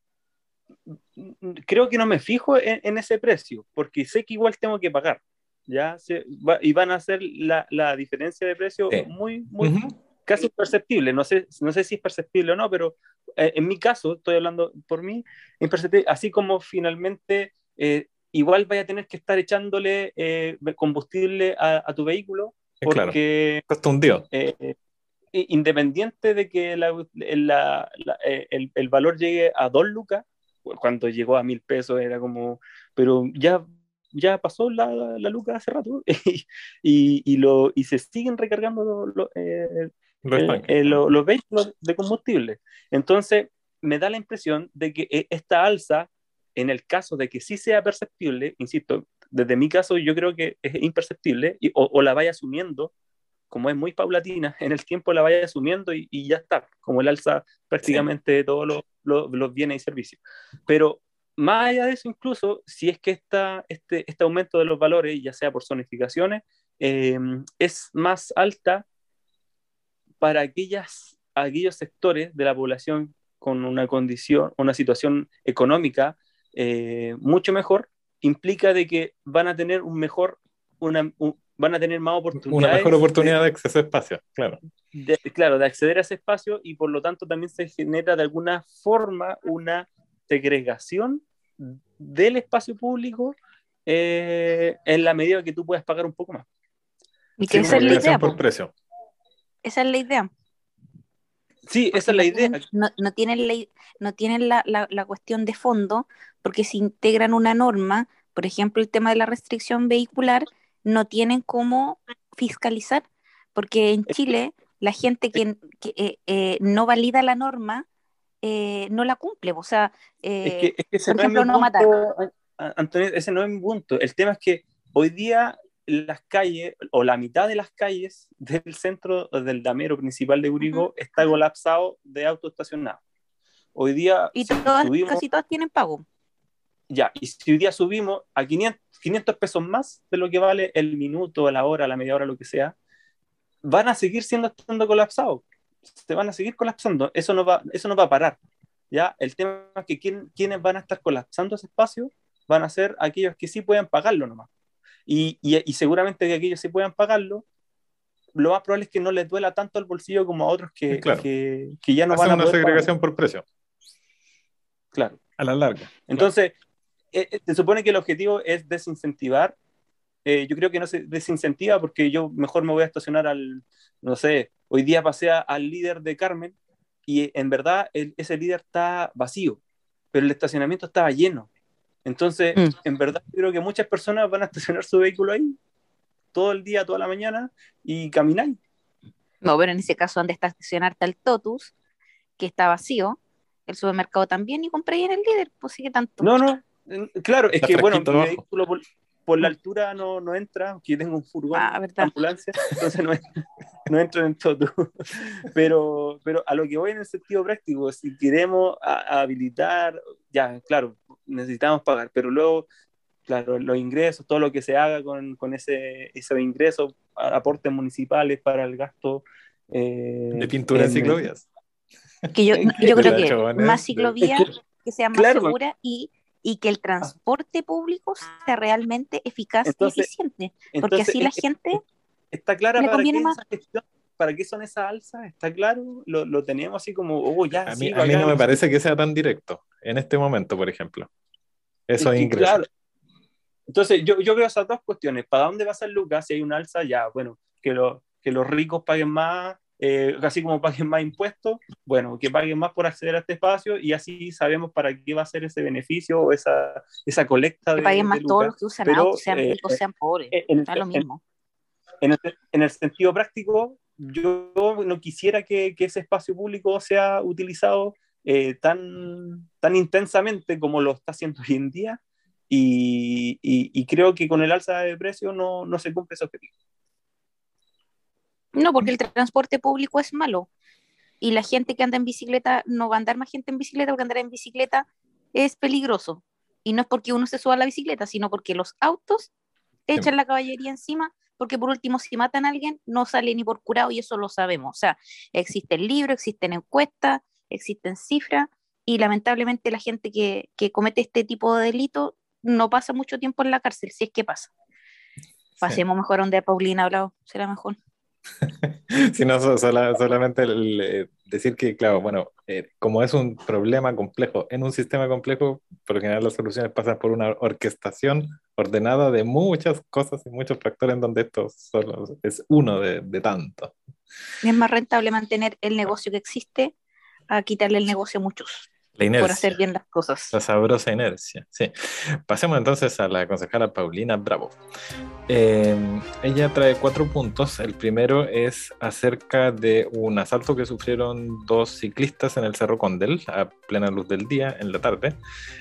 creo que no me fijo en, en ese precio, porque sé que igual tengo que pagar, ¿ya? Se, va, y van a hacer la, la diferencia de precio Sí. muy, muy, Uh-huh. casi imperceptible. No sé, no sé si es perceptible o no, pero eh, en mi caso, estoy hablando por mí, imperceptible, así como finalmente eh, igual vaya a tener que estar echándole eh, combustible a, a tu vehículo, porque... Claro, cuesta un día. Eh, independiente de que la, la, la, el, el valor llegue a dos lucas, cuando llegó a mil pesos era como, pero ya, ya pasó la, la luca hace rato y, y, y, lo, y se siguen recargando lo, lo, eh, los, eh, eh, lo, los vehículos de combustible. Entonces, me da la impresión de que esta alza, en el caso de que sí sea perceptible, insisto, desde mi caso yo creo que es imperceptible, y, o, o la vaya asumiendo, como es muy paulatina, en el tiempo la vaya asumiendo y, y ya está, como el alza prácticamente de todos los, los, los bienes y servicios. Pero más allá de eso, incluso, si es que esta, este, este aumento de los valores, ya sea por zonificaciones, eh, es más alta para aquellas, aquellos sectores de la población con una condición, una situación económica eh, mucho mejor, implica de que van a tener un mejor, una, un, van a tener más oportunidades. Una mejor oportunidad de, de acceso a espacio, claro. De, claro, de acceder a ese espacio y por lo tanto también se genera de alguna forma una segregación del espacio público eh, en la medida que tú puedas pagar un poco más. Y que sí, esa es la idea. Por precio. Esa es la idea. Sí, porque esa es la no idea. Tienen, no, no tienen, la, no tienen la, la, la cuestión de fondo, porque si integran una norma, por ejemplo, el tema de la restricción vehicular, no tienen cómo fiscalizar, porque en Chile la gente que, que eh, eh, no valida la norma eh, no la cumple. O sea, eh, es que, es que ese por no ejemplo, es mi no punto, matar. Antonio, ese no es mi punto. El tema es que hoy día las calles, o la mitad de las calles del centro del damero principal de Curicó uh-huh. está colapsado de autos estacionados. Hoy día y si todas, subimos, casi todas tienen pago. Ya, y si hoy día subimos a quinientos, quinientos pesos más de lo que vale el minuto, la hora, la media hora, lo que sea, van a seguir siendo estando colapsados. Se van a seguir colapsando. Eso no va, eso no va a parar. ¿Ya? El tema es que quien, quienes van a estar colapsando ese espacio van a ser aquellos que sí puedan pagarlo nomás. Y, y, y seguramente que aquellos sí puedan pagarlo, lo más probable es que no les duela tanto el bolsillo como a otros que, claro. que, que ya no Hace van a una poder segregación pagarlo. por precio. Claro. A la larga. Entonces, claro. eh, se supone que el objetivo es desincentivar. Eh, yo creo que no se desincentiva porque yo mejor me voy a estacionar al, no sé, hoy día pasé al líder de Carmen y en verdad el, ese líder está vacío, pero el estacionamiento estaba lleno. Entonces, mm. en verdad creo que muchas personas van a estacionar su vehículo ahí todo el día, toda la mañana y caminar. No, pero en ese caso han de estacionarte al Totus, que está vacío, el supermercado también, y compré ahí en el líder, pues sí que tanto. No, no, claro, es la que bueno, mi abajo. vehículo por, por la altura no, no entra, porque yo tengo un furgón ah, de ambulancia, entonces no, no entro en todo. Pero, pero a lo que voy en el sentido práctico, si queremos a, a habilitar, ya, claro, necesitamos pagar, pero luego, claro, los ingresos, todo lo que se haga con, con ese, esos ingresos, aportes municipales para el gasto. Eh, de pintura en ciclovías. Que yo, yo creo que chabones, más ciclovías, de... que sean más claro, seguras y, y que el transporte público sea realmente eficaz entonces, y eficiente, porque entonces, así la gente está clara para qué, más. Gestión, para qué son esas alzas, está claro, lo, lo tenemos así como, oh, ya, a sí, mí, a mí no me parece que sea tan directo en este momento, por ejemplo, esos es ingresos. Claro. Entonces, yo, yo creo esas dos cuestiones, ¿para dónde va a ser Lucas? Si hay una alza, ya, bueno, que, lo, que los ricos paguen más, eh, así como paguen más impuestos, bueno, que paguen más por acceder a este espacio y así sabemos para qué va a ser ese beneficio o esa, esa colecta que de, paguen más de Lucas. Todos los que usan Pero, autos, sean eh, ricos, sean pobres, en, da lo mismo. En, en, el, en el sentido práctico, yo no quisiera que, que ese espacio público sea utilizado eh, tan, tan intensamente como lo está haciendo hoy en día. Y, y, y creo que con el alza de precio no, no se cumple ese objetivo. No, porque el transporte público es malo. y la gente que anda en bicicleta, no va a andar más gente en bicicleta, porque andar en bicicleta es peligroso. Y no es porque uno se suba a la bicicleta, sino porque los autos Sí, echan la caballería encima, porque por último, si matan a alguien, no sale ni por curado, y eso lo sabemos. O sea, existen libros, existen encuestas, existen cifras, y lamentablemente la gente que, que comete este tipo de delito no pasa mucho tiempo en la cárcel, si es que pasa. sí. Pasemos mejor a donde Paulina ha hablado, será mejor. Si no, so- sola- solamente el, eh, decir que, claro, bueno, eh, como es un problema complejo en un sistema complejo, por lo general las soluciones pasan por una orquestación ordenada de muchas cosas y muchos factores en donde esto solo es uno de, de tanto. Es más rentable mantener el negocio que existe a quitarle el negocio a muchos La por hacer inercia, bien las la cosas. sabrosa inercia, sí. Pasemos entonces a la concejala Paulina Bravo. Eh, ella trae cuatro puntos. El primero es acerca de un asalto que sufrieron dos ciclistas en el Cerro Condel a plena luz del día, en la tarde.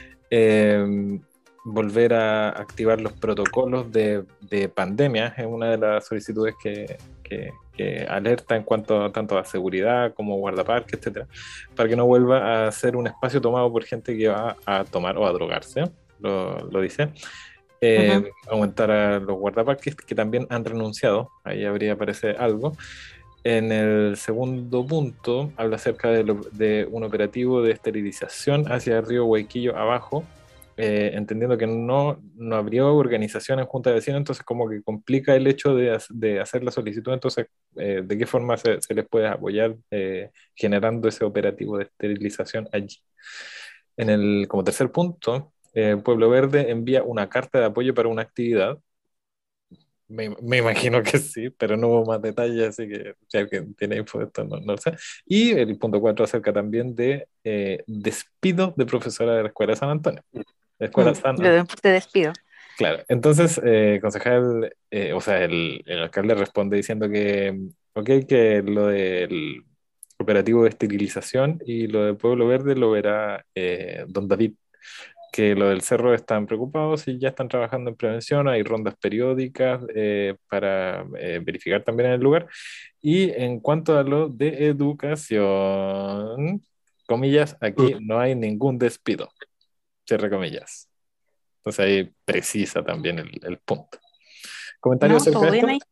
Eh, Volver a activar los protocolos de, de pandemia es una de las solicitudes que, que, que alerta en cuanto a, tanto a seguridad como guardaparques, etcétera, para que no vuelva a ser un espacio tomado por gente que va a tomar o a drogarse, lo, lo dice. Eh, Ujú. aumentar a los guardaparques que también han renunciado, ahí habría parece algo. En el segundo punto habla acerca de, lo- de un operativo de esterilización hacia el río Huayquillo abajo, eh, entendiendo que no, no habría organización en junta de vecinos, entonces como que complica el hecho de, ha- de hacer la solicitud, entonces eh, de qué forma se, se les puede apoyar eh, generando ese operativo de esterilización allí. En el, como tercer punto, eh, Pueblo Verde envía una carta de apoyo para una actividad. Me, me imagino que sí, pero no hubo más detalles, así que si alguien tiene info de esto, no, no lo sé. Y el punto cuatro acerca también de eh, despido de profesora de la Escuela San Antonio. La Escuela Mm, San lo Antonio. de- te despido. Claro, entonces, eh, concejal, eh, o sea, el, el alcalde responde diciendo que, ok, que lo del operativo de esterilización y lo del Pueblo Verde lo verá eh, don David, que lo del cerro están preocupados y ya están trabajando en prevención, hay rondas periódicas eh, para eh, verificar también en el lugar. Y en cuanto a lo de educación, comillas, aquí no hay ningún despido, cierre comillas. Entonces ahí precisa también el, el punto. ¿Comentario No, acerca todo de bien esto? ahí.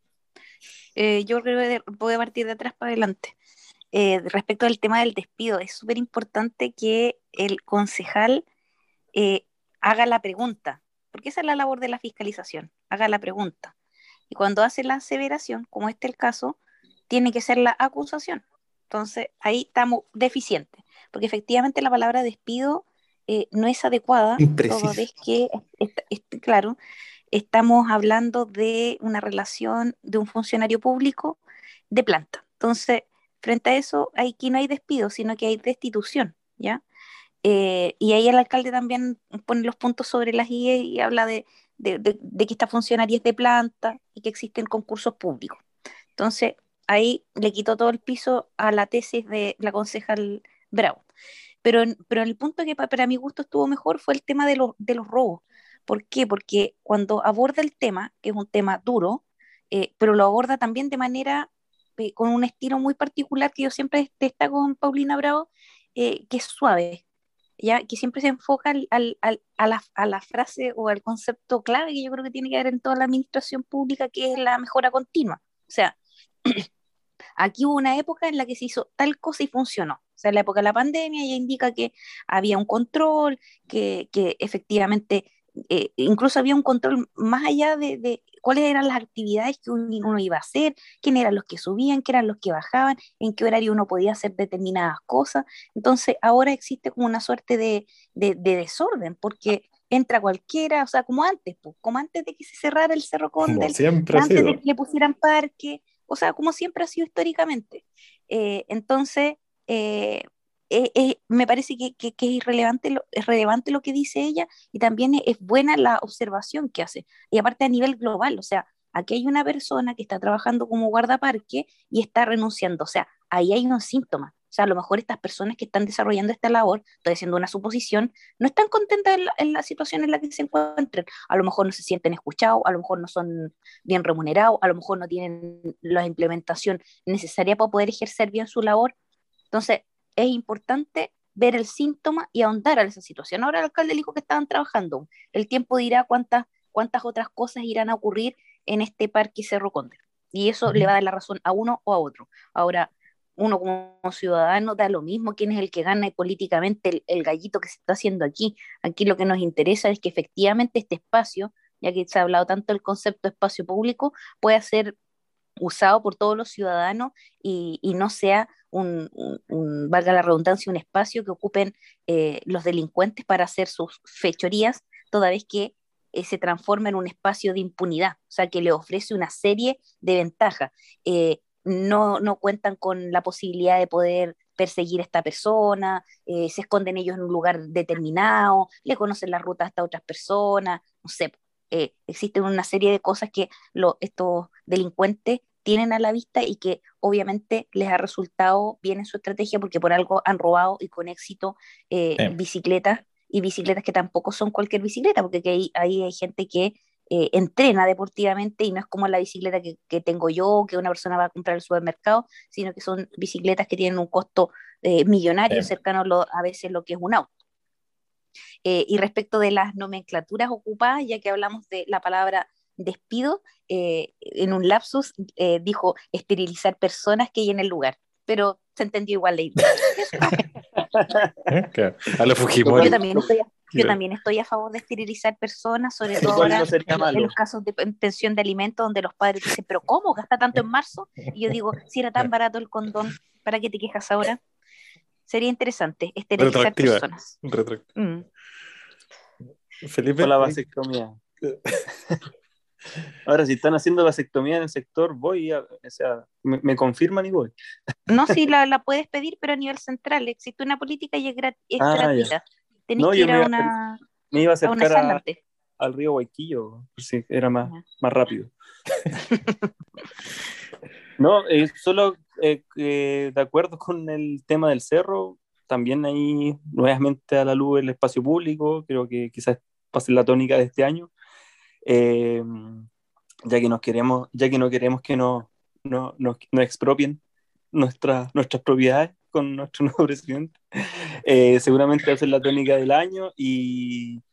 Eh, yo creo que voy a partir de atrás para adelante. Eh, respecto al tema del despido, es súper importante que el concejal eh, haga la pregunta, porque esa es la labor de la fiscalización, haga la pregunta. Y cuando hace la aseveración, como este es el caso, tiene que ser la acusación. Entonces, ahí estamos deficientes, porque efectivamente la palabra despido eh, no es adecuada, toda Impreciso. vez que, está, está, claro, estamos hablando de una relación de un funcionario público de planta. Entonces, frente a eso, aquí no hay despido, sino que hay destitución, ¿ya? Eh, y ahí el alcalde también pone los puntos sobre las I E y habla de, de, de, de que esta funcionaria es de planta y que existen concursos públicos. Entonces, ahí le quitó todo el piso a la tesis de la concejal Bravo. Pero, pero el punto que pa- para mi gusto estuvo mejor fue el tema de, los de los robos. ¿Por qué? Porque cuando aborda el tema, que es un tema duro, eh, pero lo aborda también de manera, eh, con un estilo muy particular que yo siempre destaco en Paulina Bravo, eh, que es suave, ya que siempre se enfoca al, al, al, a, la, a la frase o al concepto clave que yo creo que tiene que haber en toda la administración pública, que es la mejora continua. O sea, aquí hubo una época en la que se hizo tal cosa y funcionó. O sea, en la época de la pandemia ya indica que había un control, que, que efectivamente, eh, incluso había un control más allá de, de cuáles eran las actividades que uno, uno iba a hacer, quién eran los que subían, quién eran los que bajaban, en qué horario uno podía hacer determinadas cosas. Entonces, ahora existe como una suerte de, de, de desorden, porque entra cualquiera, o sea, como antes, pues, como antes de que se cerrara el Cerro Como Condel, siempre ha antes de sido. que le pusieran parque, o sea, como siempre ha sido históricamente. Eh, entonces, eh, eh, eh, me parece que, que, que es, irrelevante lo, es relevante lo que dice ella, y también es, es buena la observación que hace. Y aparte a nivel global, o sea, aquí hay una persona que está trabajando como guardaparque y está renunciando, o sea, ahí hay un síntoma. O sea, a lo mejor estas personas que están desarrollando esta labor, estoy haciendo una suposición, no están contentas en la, en la situación en la que se encuentran. A lo mejor no se sienten escuchados, a lo mejor no son bien remunerados, a lo mejor no tienen la implementación necesaria para poder ejercer bien su labor. Entonces, es importante ver el síntoma y ahondar a esa situación. Ahora el alcalde dijo que estaban trabajando. El tiempo dirá cuántas, cuántas otras cosas irán a ocurrir en este parque Cerro Conde. Y eso le va a dar la razón a uno o a otro. Ahora, uno como ciudadano da lo mismo quién es el que gana políticamente el, el gallito que se está haciendo aquí. Aquí lo que nos interesa es que efectivamente este espacio, ya que se ha hablado tanto del concepto de espacio público, pueda ser usado por todos los ciudadanos y, y no sea un, un, un, valga la redundancia, un espacio que ocupen eh, los delincuentes para hacer sus fechorías, toda vez que eh, se transforma en un espacio de impunidad, o sea, que le ofrece una serie de ventajas. Eh, no, no cuentan con la posibilidad de poder perseguir a esta persona, eh, se esconden ellos en un lugar determinado, le conocen las rutas hasta otras personas, no sé, eh, existen una serie de cosas que lo, estos delincuentes tienen a la vista y que obviamente les ha resultado bien en su estrategia porque por algo han robado y con éxito eh, Sí. bicicletas y bicicletas que tampoco son cualquier bicicleta, porque ahí, ahí hay gente que eh, entrena deportivamente y no es como la bicicleta que, que, tengo yo, que una persona va a comprar al supermercado, sino que son bicicletas que tienen un costo eh, millonario Sí. cercano a, lo, a veces lo que es un auto. Eh, y respecto de las nomenclaturas ocupadas, ya que hablamos de la palabra despido, eh, en un lapsus eh, dijo esterilizar personas que hay en el lugar, pero se entendió igual la idea. Eso no. Claro. A lo Yo Fujimori. también estoy a, yo también estoy a favor de esterilizar personas, sobre todo Igual ahora no sería en malo. los casos de en pensión de alimentos, donde los padres dicen, pero ¿cómo gasta tanto en marzo? Y yo digo, si era tan barato el condón, ¿para qué te quejas ahora? Sería interesante esterilizar Retroactiva. personas. Retroactiva. Mm. Felipe. O la vasectomía. Ahora, si están haciendo vasectomía en el sector, voy, a, o sea, me, me confirman y voy. No, sí, la, la puedes pedir, pero a nivel central. Existe una política y es, grat es Ah, gratuita. ya. Tenés No, que yo ir me a iba, una, me iba a a una acercar sala a, antes. al río Guayquillo, si era más, Ya. más rápido. No, eh, solo eh, eh, de acuerdo con el tema del cerro, también ahí nuevamente a la luz el espacio público, creo que quizás pase la tónica de este año, eh, ya que nos queremos, ya que no queremos que nos, no, nos, nos expropien nuestra, nuestras propiedades con nuestro nuevo presidente. Eh, seguramente va a ser la tónica del año y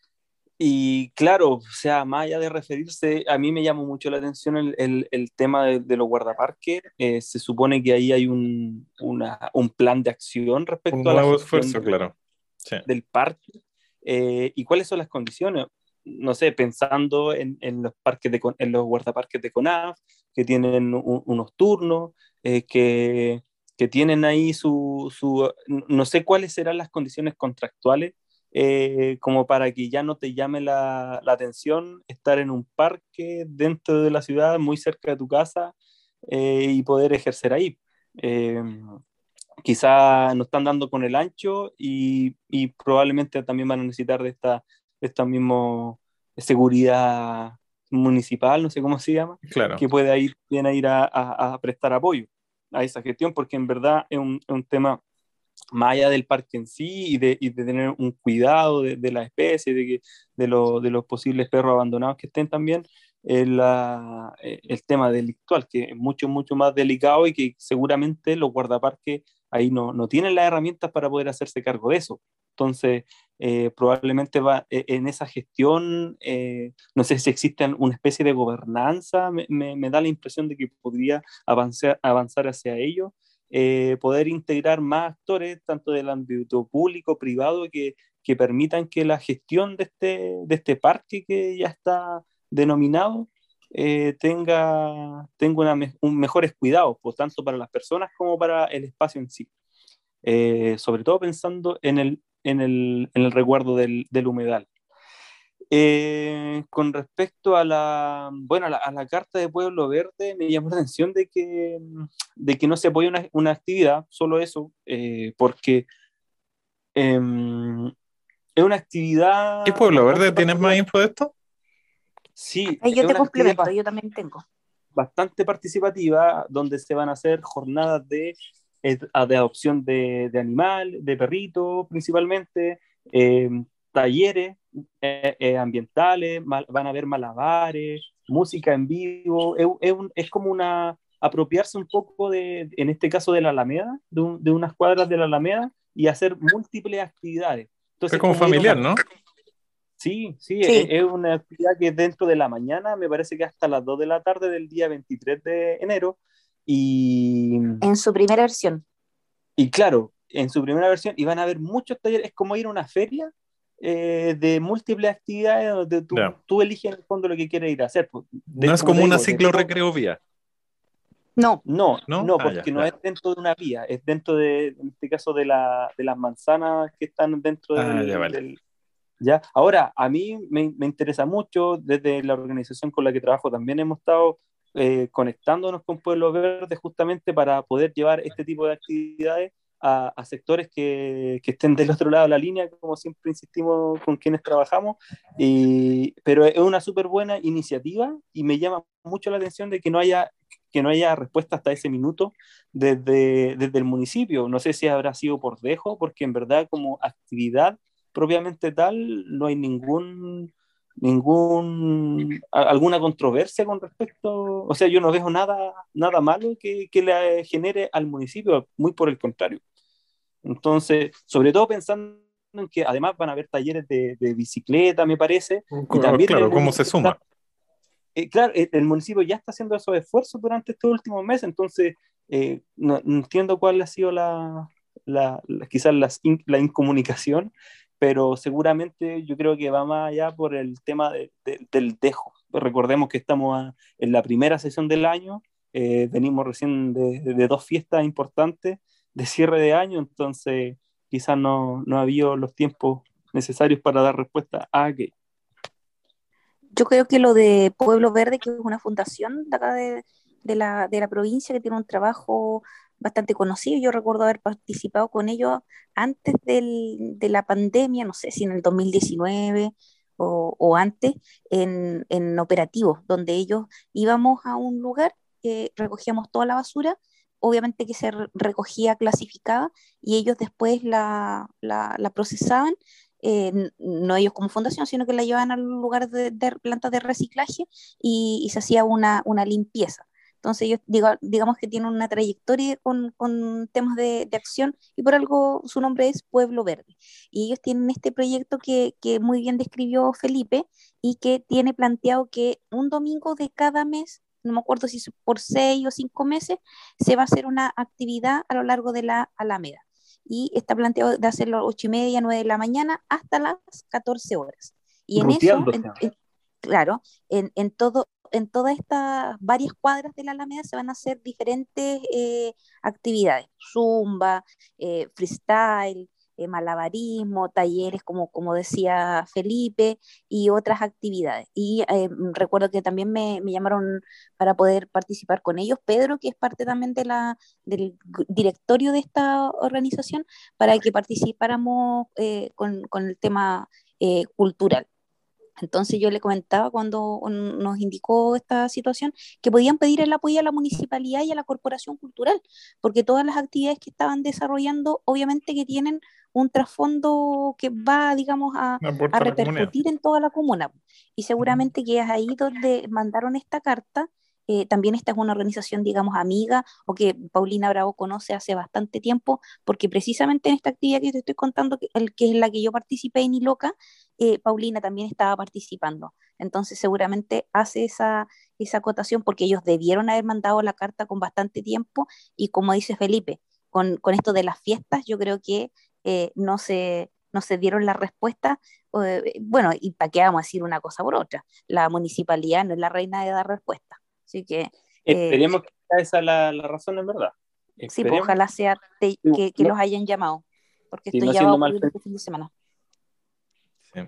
y claro, o sea, más allá de referirse, a mí me llamó mucho la atención el, el, el tema de, de los guardaparques. Eh, se supone que ahí hay un, una, un plan de acción Un respecto a la nuevo gestión esfuerzo, del, claro. Sí. del parque. Eh, ¿y cuáles son las condiciones? No sé, pensando en, en los parques de, en los guardaparques de CONAF, que tienen un, unos turnos, eh, que, que tienen ahí su, su, no sé cuáles serán las condiciones contractuales, eh, como para que ya no te llame la, la atención estar en un parque dentro de la ciudad, muy cerca de tu casa, eh, y poder ejercer ahí. Eh, quizá no están dando con el ancho y, y probablemente también van a necesitar de esta, de esta misma seguridad municipal, no sé cómo se llama, Claro. que pueda ir, bien a ir a, a, a prestar apoyo a esa gestión, porque en verdad es un, es un tema más allá del parque en sí y de, y de tener un cuidado de, de la especie, de, que, de, lo, de los posibles perros abandonados que estén también, el, la, el tema delictual, que es mucho, mucho más delicado y que seguramente los guardaparques ahí no, no tienen las herramientas para poder hacerse cargo de eso. Entonces, eh, probablemente va en esa gestión, eh, no sé si existe una especie de gobernanza, me, me, me da la impresión de que podría avanzar, avanzar hacia ello. Eh, poder integrar más actores, tanto del ámbito público, privado, que, que permitan que la gestión de este, de este parque que ya está denominado eh, tenga, tenga una me un mejores cuidados, pues, tanto para las personas como para el espacio en sí. Eh, sobre todo pensando en el, en el, en el resguardo del, del humedal. Eh, con respecto a la, bueno, a la, a la Carta de Pueblo Verde, me llamó la atención de que, de que no se apoya una, una actividad, solo eso, eh, porque eh, es una ¿Y actividad Pueblo Verde bastante tienes más participativa. info de esto? Sí, Ahí es yo te una actividad complemento, yo también tengo. bastante participativa donde se van a hacer jornadas de, de adopción de, de animal, de perrito principalmente, eh, talleres eh, eh, ambientales, mal, van a haber malabares, música en vivo, es, es, un, es como una, apropiarse un poco de, en este caso de la Alameda, de, un, de unas cuadras de la Alameda y hacer múltiples actividades. Es Entonces, como como ir a familiar, una... ¿no? Sí, sí, es, Sí, es una actividad que es dentro de la mañana, me parece que hasta las dos de la tarde del día veintitrés de enero. Y, en su primera versión. y claro, en su primera versión iban a haber muchos talleres, es como ir a una feria eh, de múltiples actividades donde tú, Ya. tú eliges en el fondo lo que quieres ir a hacer. Pues, No de, es como te como una digo, de ciclo todo. recreo vía, No, No, ¿no? no, Ah, ya, porque no es ya. dentro de una vía, es dentro de, en este caso, de, la, de las manzanas que están dentro Ah, ya, del, vale. del- ¿ya? Ahora, a mí me, me interesa mucho, desde la organización con la que trabajo también hemos estado eh, conectándonos con Pueblo Verde justamente para poder llevar este tipo de actividades a, a sectores que, que estén del otro lado de la línea, como siempre insistimos con quienes trabajamos, y, pero es una súper buena iniciativa y me llama mucho la atención de que no haya que no haya respuesta hasta ese minuto desde, desde el municipio. No sé si habrá sido por dejo, porque en verdad como actividad propiamente tal, no hay ningún, ningún, a- alguna controversia con respecto, o sea, yo no veo nada, nada malo que, que le genere al municipio, muy por el contrario. Entonces, sobre todo pensando en que además van a haber talleres de, de bicicleta, me parece, y Co- también el Claro, ¿cómo se municipio está, suma? eh, claro, el, el municipio ya está haciendo esos esfuerzos durante estos últimos meses, entonces eh, no, no entiendo cuál ha sido la, la, la- quizás las in- la incomunicación, pero seguramente yo creo que va más allá por el tema de- de- del dejo. Recordemos que estamos a- en la primera sesión del año, eh, venimos recién de, de dos fiestas importantes de cierre de año, entonces quizás no, no ha habido los tiempos necesarios para dar respuesta a aquello. yo creo que lo de Pueblo Verde, que es una fundación de acá de, de la, de la provincia que tiene un trabajo bastante conocido, yo recuerdo haber participado con ellos antes del, de la pandemia, no sé si en el dos mil diecinueve o, o antes, en, en operativos, donde ellos íbamos a un lugar, eh, recogíamos toda la basura, obviamente que se re- recogía clasificada y ellos después la, la, la procesaban, eh, no ellos como fundación, sino que la llevaban al lugar de, de plantas de reciclaje y, y se hacía una, una limpieza. Entonces ellos digo, digamos que tienen una trayectoria con, con temas de, de, acción y por algo su nombre es Pueblo Verde. Y ellos tienen este proyecto que, que muy bien describió Felipe y que tiene planteado que un domingo de cada mes, no me acuerdo si es por seis o cinco meses, se va a hacer una actividad a lo largo de la Alameda y está planteado de hacerlo ocho y media, nueve de la mañana hasta las catorce horas. Y en eso, Ruteando, o en, sea. en, claro, en, en, todo, en todas estas varias cuadras de la Alameda se van a hacer diferentes eh, actividades, zumba, eh, freestyle, eh, malabarismo, talleres, como, como decía Felipe, y otras actividades. Y eh, recuerdo que también me, me, llamaron para poder participar con ellos, Pedro, que es parte también de la, del directorio de esta organización, para que participáramos eh, con, con, el tema eh, cultural. Entonces yo le comentaba cuando nos indicó esta situación que podían pedir el apoyo a la municipalidad y a la corporación cultural, porque todas las actividades que estaban desarrollando obviamente que tienen un trasfondo que va, digamos, a, a Aporta a la comunidad. repercutir en toda la comuna. Y seguramente que es ahí donde mandaron esta carta. Eh, también esta es una organización, digamos, amiga o que Paulina Bravo conoce hace bastante tiempo, porque precisamente en esta actividad que te estoy contando, que, el, que es la que yo participé en Iloca, eh, Paulina también estaba participando. Entonces seguramente hace esa, esa acotación porque ellos debieron haber mandado la carta con bastante tiempo y como dice Felipe, con, con esto de las fiestas yo creo que eh, no, se, no se dieron la respuesta. Eh, bueno, y para qué vamos a decir una cosa por otra, la municipalidad no es la reina de dar respuesta. Así que eh, Esperemos que sea esa la, la razón en verdad. sí, pues Esperemos ojalá sea te, que, que no, los hayan llamado, porque si esto no ya va a siendo mal ocurrir pensado. este fin de semana. Sí.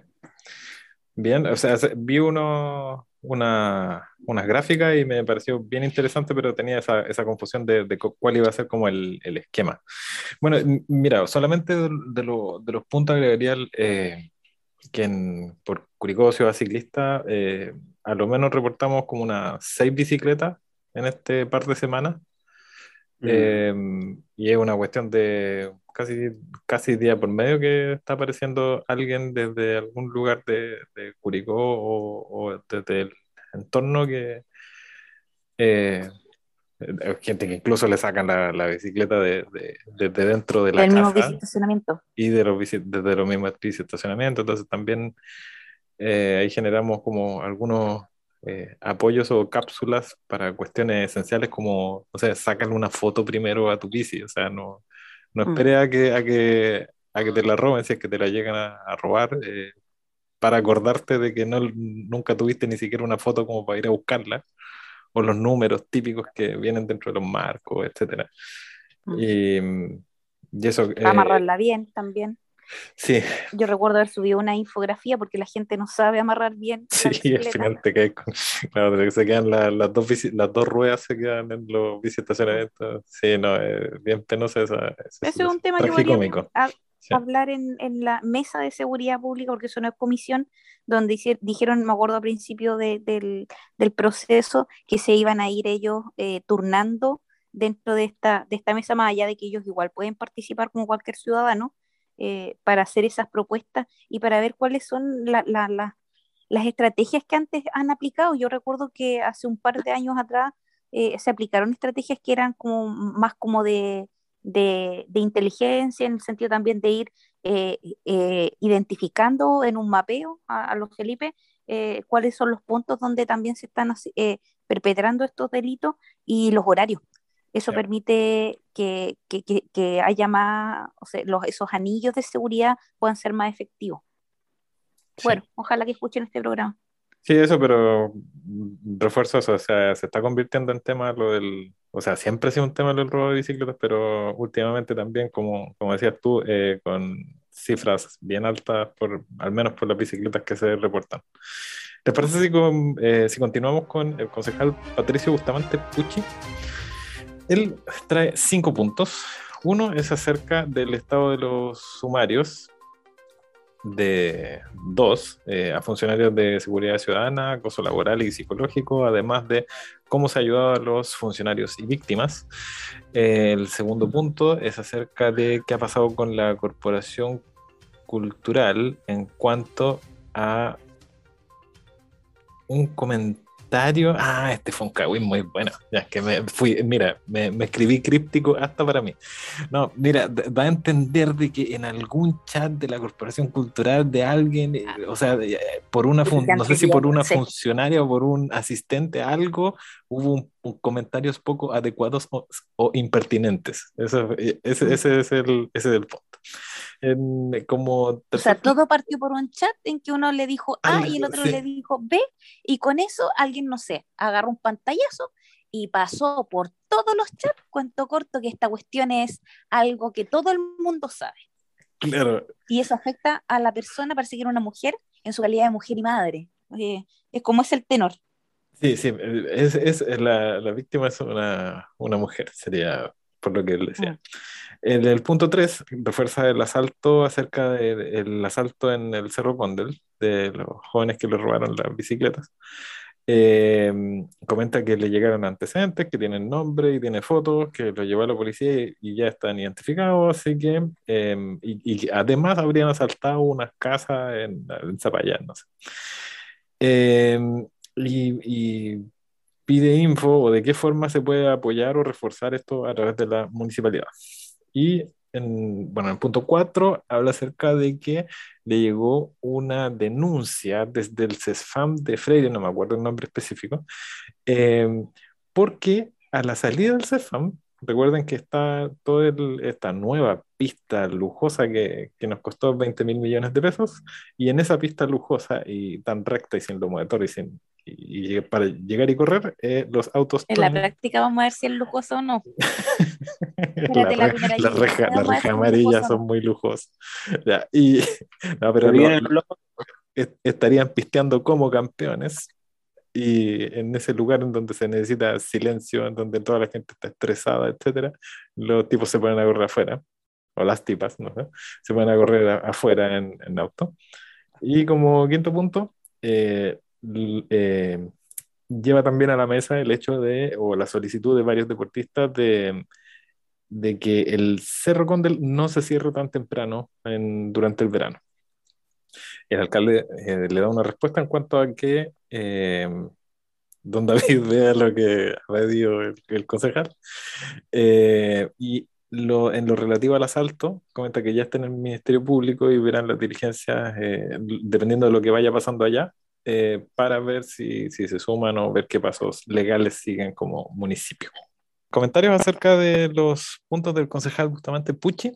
Bien, o sea, se- vi uno, una, unas gráficas y me pareció bien interesante, pero tenía esa, esa confusión de, de cu- cuál iba a ser como el, el esquema. Bueno, m- mira, solamente de, de lo- de los puntos agregaría el, eh, que en, por Curicó Ciudad Ciclista, eh, a lo menos reportamos como unas seis bicicletas en este par de semanas. Mm. Eh, y es una cuestión de casi, casi día por medio que está apareciendo alguien desde algún lugar de, de Curicó o, o desde el entorno que eh, Hay gente que incluso le sacan la, la bicicleta de, de, desde dentro de la Del mismo casa visitacionamiento. y de los, bici- desde los mismos estacionamientos. Entonces también eh, ahí generamos como algunos eh, apoyos o cápsulas para cuestiones esenciales como, o sea, sácale una foto primero a tu bici, o sea, no, no Mm. esperes a que, a que, a que te la roben si es que te la llegan a, a robar, eh, para acordarte de que no, nunca tuviste ni siquiera una foto como para ir a buscarla, o los números típicos que vienen dentro de los marcos, etcétera. Mm. Y, y eso, eh, Amarrarla bien también. sí, Yo recuerdo haber subido una infografía porque la gente no sabe amarrar bien sí, la al bicicleta. final te caes con, claro, que se quedan la- las dos bici- las dos ruedas se quedan en los Mm. biciestacionamientos. Sí, no, es bien penosa esa, esa Ese es un situación. tema que podríamos Tragicómico. ha- Sí, hablar en, en la mesa de seguridad pública, porque eso no es comisión, donde hici- dijeron, me acuerdo al principio de- del, del proceso, que se iban a ir ellos eh, turnando dentro de esta, de esta mesa, más allá de que ellos igual pueden participar como cualquier ciudadano, eh, para hacer esas propuestas y para ver cuáles son la- la- la- las estrategias que antes han aplicado. Yo recuerdo que hace un par de años atrás eh, se aplicaron estrategias que eran como más como de de, de inteligencia, en el sentido también de ir eh, eh, identificando en un mapeo a, a los Felipe eh, cuáles son los puntos donde también se están eh, perpetrando estos delitos y los horarios. Eso sí, permite que, que, que, que haya más, o sea, los, esos anillos de seguridad puedan ser más efectivos. sí. Bueno, ojalá que escuchen este programa. Sí, eso, pero mm, refuerzo eso, o sea, se está convirtiendo en tema lo del, o sea, siempre ha sido un tema el robo de bicicletas, pero últimamente también, como, como decías tú, eh, con cifras bien altas, por, al menos por las bicicletas que se reportan. ¿Te parece si, con- eh, si continuamos con el concejal Patricio Bustamante Pucci? Él trae cinco puntos. Uno es acerca del estado de los sumarios de dos eh, a funcionarios de seguridad ciudadana, acoso laboral y psicológico, además de cómo se ha ayudado a los funcionarios y víctimas. Eh, el segundo punto es acerca de qué ha pasado con la corporación cultural en cuanto a un comentario. Ah, este fue un cagüín muy bueno. Ya es que me fui, mira, me, me escribí críptico hasta para mí. No, mira, d- da a entender de que en algún chat de la Corporación Cultural de alguien, eh, o sea, de- eh, por una Sí, fun- que no sé si anterior, por una sí. funcionaria o por un asistente, algo, hubo un, un comentarios poco adecuados o, o impertinentes. Eso, eh, ese, Mm. ese es el, ese es el punto. En- como O sea, tercer punto, todo partió por un chat en que uno le dijo A y el algo, otro le sí. dijo B, y con eso alguien, no sé, agarró un pantallazo y pasó por todos los chats. Cuento corto que esta cuestión es algo que todo el mundo sabe. Claro, Y eso afecta a la persona, parece que era una mujer, en su calidad de mujer y madre. Oye, es como es el tenor. sí, sí, es, es, la, la víctima es una, una mujer, sería por lo que él Mm. decía. El, el punto tres refuerza el asalto acerca del asalto en el Cerro Condel, de los jóvenes que le robaron las bicicletas. Eh, comenta que le llegaron antecedentes, que tienen nombre y tiene fotos, que lo llevó a la policía y, y ya están identificados, así que, eh, y, y además habrían asaltado unas casas en, en Zapallar, no sé. Eh, y, y pide info o de qué forma se puede apoyar o reforzar esto a través de la municipalidad. Y en, bueno, en el punto cuatro habla acerca de que le llegó una denuncia desde el CESFAM de Freire, no me acuerdo el nombre específico, eh, porque a la salida del CESFAM, recuerden que está toda esta nueva pista lujosa que, que nos costó veinte mil millones de pesos, y en esa pista lujosa y tan recta y sin lomotor y, sin, y, y para llegar y correr, eh, los autos En la Tony. práctica vamos a ver si es lujoso o no. La, Espérate la re- primera la lluvia. reja, la Vamos a ver reja si es amarilla lujoso o son no. muy lujosas. Ya, y, no, pero Se lo- vienen lo- los est- estarían pisteando como campeones. Y en ese lugar en donde se necesita silencio, en donde toda la gente está estresada, etcétera, los tipos se ponen a correr afuera, o las tipas, no sé, se ponen a correr a- afuera en, en auto. Y como quinto punto, eh, l- eh, lleva también a la mesa el hecho de, o la solicitud de varios deportistas de, de que el Cerro Condel no se cierre tan temprano en- durante el verano. El alcalde eh, le da una respuesta en cuanto a que eh, don David vea lo que ha pedido el, el concejal. Eh, y lo, en lo relativo al asalto, comenta que ya está en el Ministerio Público y verán las diligencias, eh, dependiendo de lo que vaya pasando allá, eh, para ver si, si se suman o ver qué pasos legales siguen como municipio. ¿Comentarios acerca de los puntos del concejal Bustamante Pucci?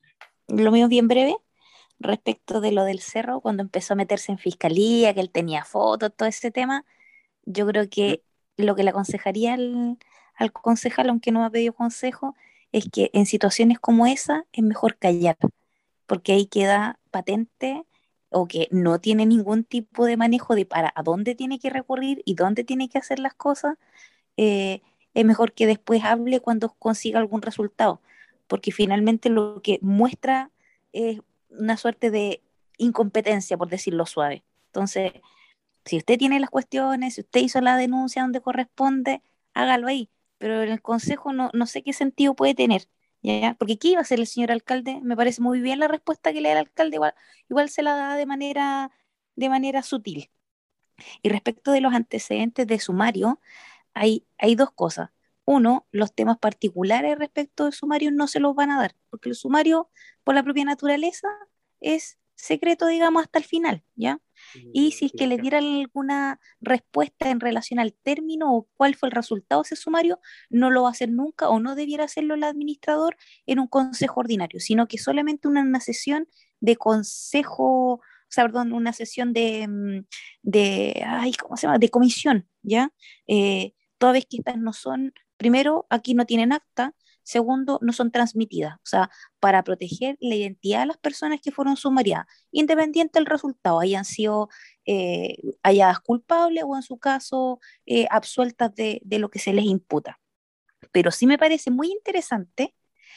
Lo mío es bien breve. Respecto de lo del cerro, cuando empezó a meterse en fiscalía, que él tenía fotos, todo ese tema, yo creo que lo que le aconsejaría al, al concejal, aunque no me ha pedido consejo, es que en situaciones como esa es mejor callar, porque ahí queda patente o que no tiene ningún tipo de manejo de para a dónde tiene que recurrir y dónde tiene que hacer las cosas. eh, es mejor que después hable cuando consiga algún resultado, porque finalmente lo que muestra es una suerte de incompetencia, por decirlo suave. Entonces, si usted tiene las cuestiones, si usted hizo la denuncia donde corresponde, hágalo ahí. Pero en el consejo no, no sé qué sentido puede tener, ¿ya? Porque ¿qué iba a hacer el señor alcalde? Me parece muy bien la respuesta que le da el alcalde, igual, igual se la da de manera, de manera sutil. Y respecto de los antecedentes de sumario, hay, hay dos cosas. Uno, los temas particulares respecto de sumarios no se los van a dar, porque el sumario, por la propia naturaleza, es secreto, digamos, hasta el final, ¿ya? Y si es que le dieran alguna respuesta en relación al término o cuál fue el resultado de ese sumario, no lo va a hacer nunca o no debiera hacerlo el administrador en un consejo ordinario, sino que solamente una, una sesión de consejo, o sea, perdón, una sesión de, mm, de, ay, ¿cómo se llama? De comisión, ¿ya? Eh, toda vez que estas no son, primero, aquí no tienen acta, segundo, no son transmitidas, o sea, para proteger la identidad de las personas que fueron sumariadas, independiente del resultado, hayan sido eh, halladas culpables o en su caso eh, absueltas de, de lo que se les imputa. Pero sí me parece muy interesante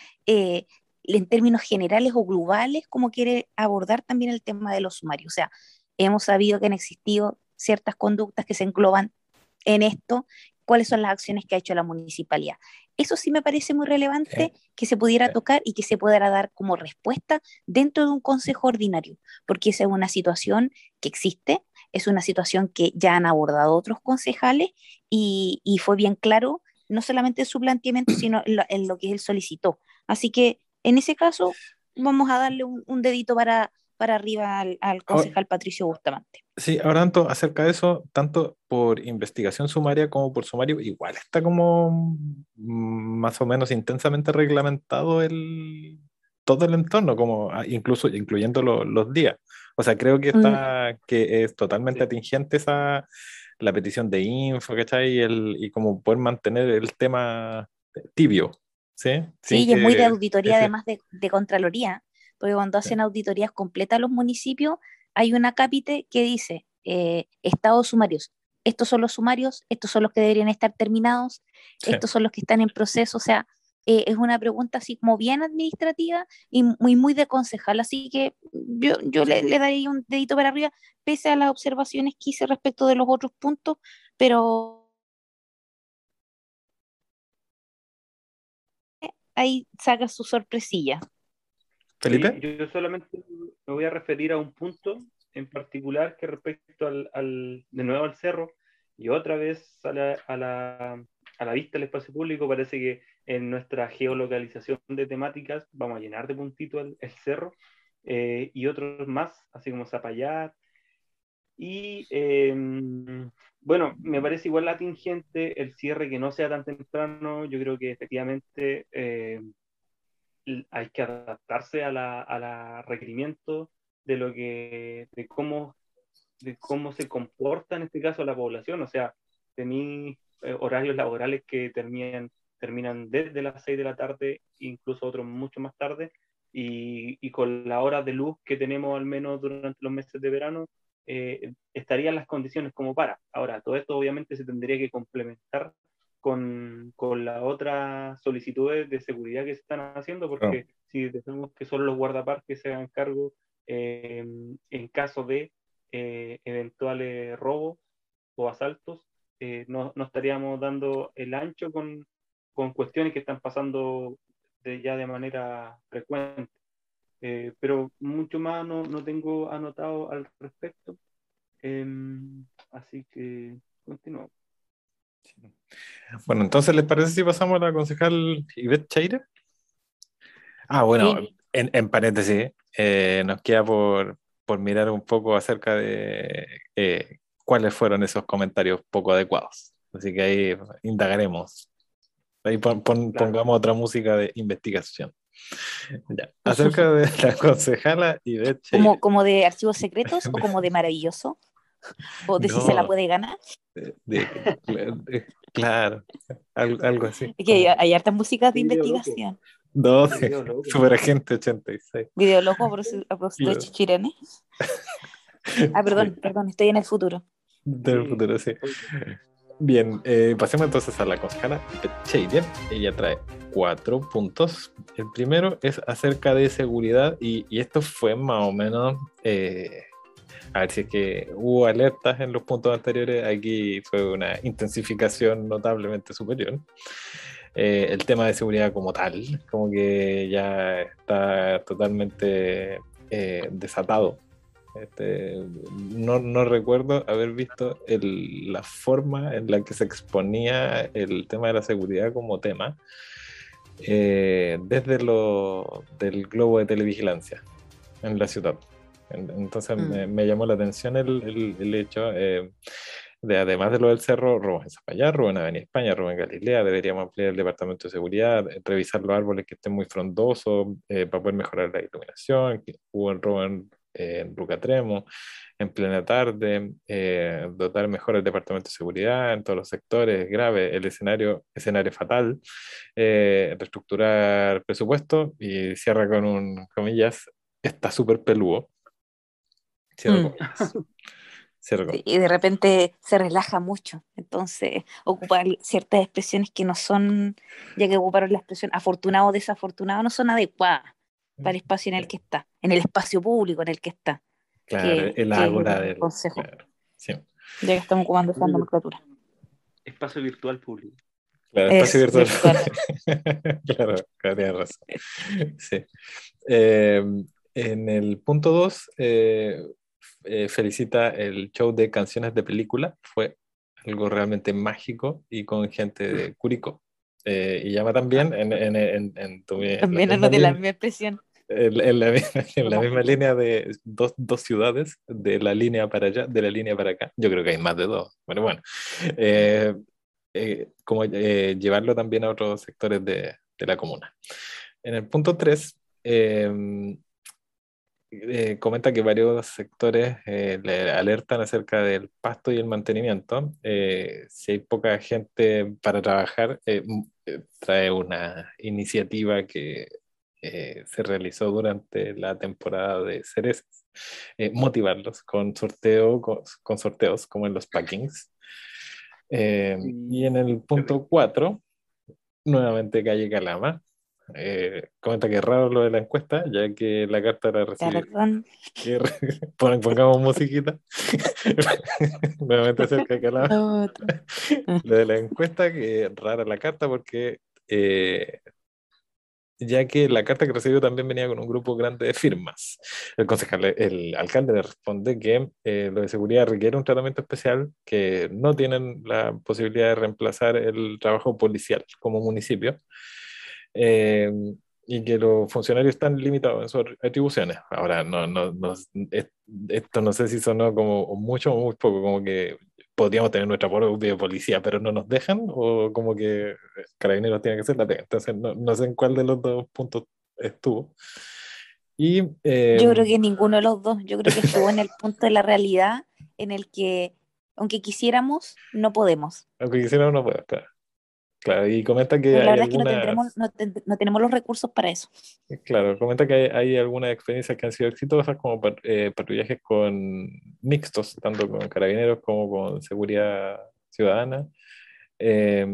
eh, en términos generales o globales, cómo quiere abordar también el tema de los sumarios. O sea, hemos sabido que han existido ciertas conductas que se engloban en esto, cuáles son las acciones que ha hecho la municipalidad. Eso sí me parece muy relevante Sí, que se pudiera sí. tocar y que se pudiera dar como respuesta dentro de un consejo ordinario, porque esa es una situación que existe, es una situación que ya han abordado otros concejales y, y fue bien claro, no solamente en su planteamiento, sino en lo, en lo que él solicitó. Así que en ese caso vamos a darle un, un dedito para, para arriba al, al Ahora, concejal Patricio Bustamante. sí, ahora tanto acerca de eso, tanto por investigación sumaria como por sumario, igual está como mm, más o menos intensamente reglamentado el, todo el entorno, como ah, incluso incluyendo lo- los días. O sea, creo que Mm, está, que es totalmente Sí. atingente esa, la petición de info, ¿cachai? Y, el, y como poder mantener el tema tibio, ¿sí? Sin sí, y es muy de que... auditoría, ese- además de, de Contraloría, porque cuando sí, hacen auditorías completas a los municipios, hay una cápite que dice, eh, estados sumarios. Estos son los sumarios, estos son los que deberían estar terminados, sí. estos son los que están en proceso. O sea, eh, es una pregunta así como bien administrativa y muy, muy de concejal. Así que yo, yo le, le daría un dedito para arriba, pese a las observaciones que hice respecto de los otros puntos, pero ahí saca su sorpresilla. Sí, ¿Felipe? yo yo solamente me voy a referir a un punto en particular que respecto al, al de nuevo al cerro y otra vez a la, a la, a la vista del espacio público. Parece que en nuestra geolocalización de temáticas vamos a llenar de puntitos el, el cerro eh, y otros más, así como Zapallar. Y eh, bueno, me parece igual atingente el cierre que no sea tan temprano. Yo creo que efectivamente eh, hay que adaptarse a la, a la requerimiento de lo que, de cómo, de cómo se comporta en este caso la población. O sea, tenéis eh, horarios laborales que terminan, terminan desde las seis de la tarde, incluso otros mucho más tarde, y, y con la hora de luz que tenemos al menos durante los meses de verano, eh, estarían las condiciones como para. Ahora, todo esto obviamente se tendría que complementar con, con las otras solicitudes de seguridad que se están haciendo, Oh, porque si decimos que son los guardaparques se hagan cargo eh, en caso de eh, eventuales robos o asaltos, eh, no, no, estaríamos dando el ancho con, con cuestiones que están pasando de, ya de manera frecuente. Eh, pero mucho más no, no tengo anotado al respecto. Eh, así que continuamos. Bueno, entonces, ¿les parece si pasamos a la concejal Ivette Chaire? Ah, bueno, Sí. en, en paréntesis, eh, nos queda por, por mirar un poco acerca de eh, cuáles fueron esos comentarios poco adecuados. Así que ahí indagaremos. Ahí pon- pon- Claro. pongamos otra música de investigación. Ya. Acerca de la concejala Ivette Como, Cheire. como de archivos secretos o como de maravilloso, o de si se la No, puede ganar. de- de- de- claro, algo, algo así. Es que hay, Como, hay hartas músicas de Qué video loco. investigación. no, Qué de video loco. Superagente ochenta y seis. Video loco a propósito a propósito de Claro. Chichirene. Ah, perdón, Sí, perdón, estoy en el futuro. del Sí. futuro, sí. Bien, eh, pasemos entonces a la concejala Cheire. Ella trae cuatro puntos. El primero es acerca de seguridad y, y esto fue más o menos, eh, a ver si es que hubo alertas en los puntos anteriores, aquí fue una intensificación notablemente superior. Eh, el tema de seguridad como tal, como que ya está totalmente eh, desatado. Este, no, no recuerdo haber visto el, la forma en la que se exponía el tema de la seguridad como tema eh, desde lo del globo de televigilancia en la ciudad. En- Entonces Mm. me, me llamó la atención el, el- el hecho eh, de, además de lo del cerro, robos en Zapallar, robos en Avenida España, robos en Galilea, deberíamos ampliar el departamento de seguridad, eh, revisar los árboles que estén muy frondosos eh, para poder mejorar la iluminación, que hubo un robo en, eh, en Rucatremo, en plena tarde, eh, dotar mejor el departamento de seguridad en todos los sectores, grave, el escenario, escenario fatal, eh, reestructurar presupuesto y cierra con un, comillas, está súper peludo. Cierro Mm. comillas. Cierro Sí, comillas. y de repente se relaja mucho, entonces ocupar ciertas expresiones que no son, ya que ocuparon la expresión afortunado o desafortunado, no son adecuadas para el espacio en el que está, en el espacio público en el que está, Claro, que, el que es ágora el del. consejo, Claro, sí. ya que estamos ocupando esa nomenclatura. Espacio virtual público. Claro, espacio Es virtual. virtual. Claro, claro, tienes razón. Sí. Eh, en el punto dos, felicita el show de canciones de película. Fue algo realmente mágico y con gente de Curicó. Eh, y llama también en, en, en, en tu- en la También misma anoté la línea. misma expresión. En, en la, misma- en la misma Romántico. línea de dos, dos ciudades, de la línea para allá, de la línea para acá. Yo creo que hay más de dos. Bueno, bueno. Eh, eh, como eh, llevarlo también a otros sectores de, de la comuna. En el punto tres, eh, eh, comenta que varios sectores eh, le alertan acerca del pasto y el mantenimiento. Eh, si hay poca gente para trabajar, eh, m- eh, trae una iniciativa que eh, se realizó durante la temporada de cerezas, eh, motivarlos con sorteo, con, con sorteos como en los packings. Eh, y en el punto cuatro, nuevamente calle Calama. Eh, comenta que es raro lo de la encuesta, ya que la carta era recibir. Tararán. que re- pon- Pongamos musiquita. Nuevamente cerca de Calama. Otro. Lo de la encuesta, que es rara la carta porque eh, ya que la carta que recibió también venía con un grupo grande de firmas. El concejal, el alcalde le responde que eh, lo de seguridad requiere un tratamiento especial, que no tienen la posibilidad de reemplazar el trabajo policial como municipio, eh, y que los funcionarios están limitados en sus atribuciones. Ahora, no, no, no, es- esto no sé si sonó como mucho o muy poco, como que podríamos tener nuestra propia policía, pero no nos dejan, o como que Carabineros tiene que ser la pega. Entonces, no, no sé en cuál de los dos puntos estuvo. Y eh, Yo creo que ninguno de los dos, yo creo que estuvo en el punto de la realidad en el que, aunque quisiéramos, no podemos. aunque quisiera, no puede, claro. Claro, y comenta que Pero la hay verdad es que no tendremos, algunas, no, ten- no tenemos los recursos para eso. claro, comenta que hay, hay algunas experiencias que han sido exitosas, como pat- eh, patrullajes con mixtos, tanto con carabineros como con seguridad ciudadana. Eh,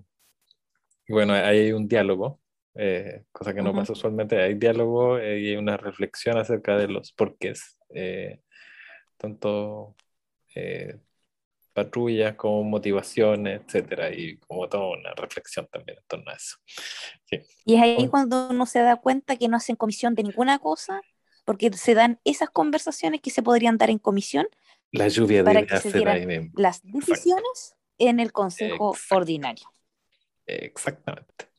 y bueno, ahí hay un diálogo, eh, cosa que no Ujú. pasa usualmente. Hay diálogo eh, y hay una reflexión acerca de los porqués, eh, tanto eh, patrullas como motivaciones, etcétera, y como toda una reflexión también en torno a eso. Sí. Y es ahí cuando uno se da cuenta que no hacen comisión de ninguna cosa, porque se dan esas conversaciones que se podrían dar en comisión La lluvia de para que ideas se se da dieran ahí mismo. las Exacto. decisiones en el Consejo Exacto. Ordinario. Exactamente.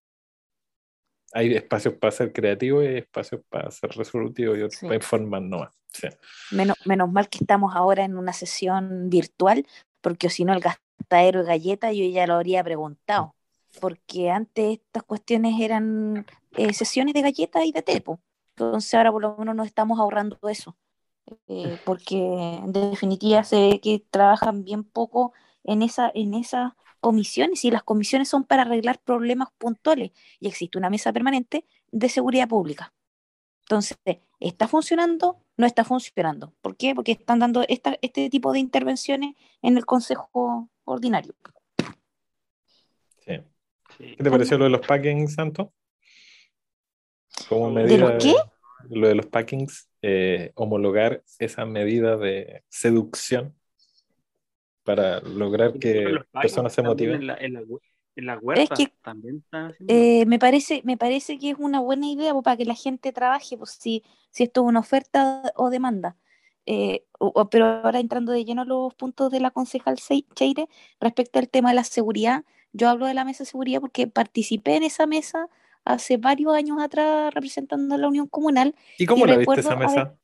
Hay espacios para ser creativo y hay espacios para ser resolutivo y otros Sí. para informar nomás. Sí. Menos, menos mal que estamos ahora en una sesión virtual, porque si no el gastadero de galletas yo ya lo habría preguntado, porque antes estas cuestiones eran eh, sesiones de galletas y de té, po. Entonces ahora por lo menos nos estamos ahorrando eso, eh, porque en definitiva se ve que trabajan bien poco en esa, en esas comisiones, y las comisiones son para arreglar problemas puntuales, y existe una mesa permanente de seguridad pública. Entonces, ¿está funcionando? No está funcionando. ¿Por qué? Porque están dando esta, este tipo de intervenciones en el Consejo Ordinario. Sí. Sí. ¿Qué te pareció lo de los packings, Santo? Como ¿De medida los qué? de lo de los packings, eh, homologar esa medida de seducción para lograr que Los pagos personas se también motiven. en la, en la, hue- en las Es huertas que también están haciendo. eh, me parece, me parece que es una buena idea, pues, para que la gente trabaje, pues si, si esto es una oferta o demanda. Eh, o- o- pero ahora entrando de lleno a los puntos de la concejal Sei- Cheire respecto al tema de la seguridad, yo hablo de la mesa de seguridad porque participé en esa mesa hace varios años atrás representando a la Unión Comunal, ¿Y y cómo la viste esa recuerdo haber, mesa?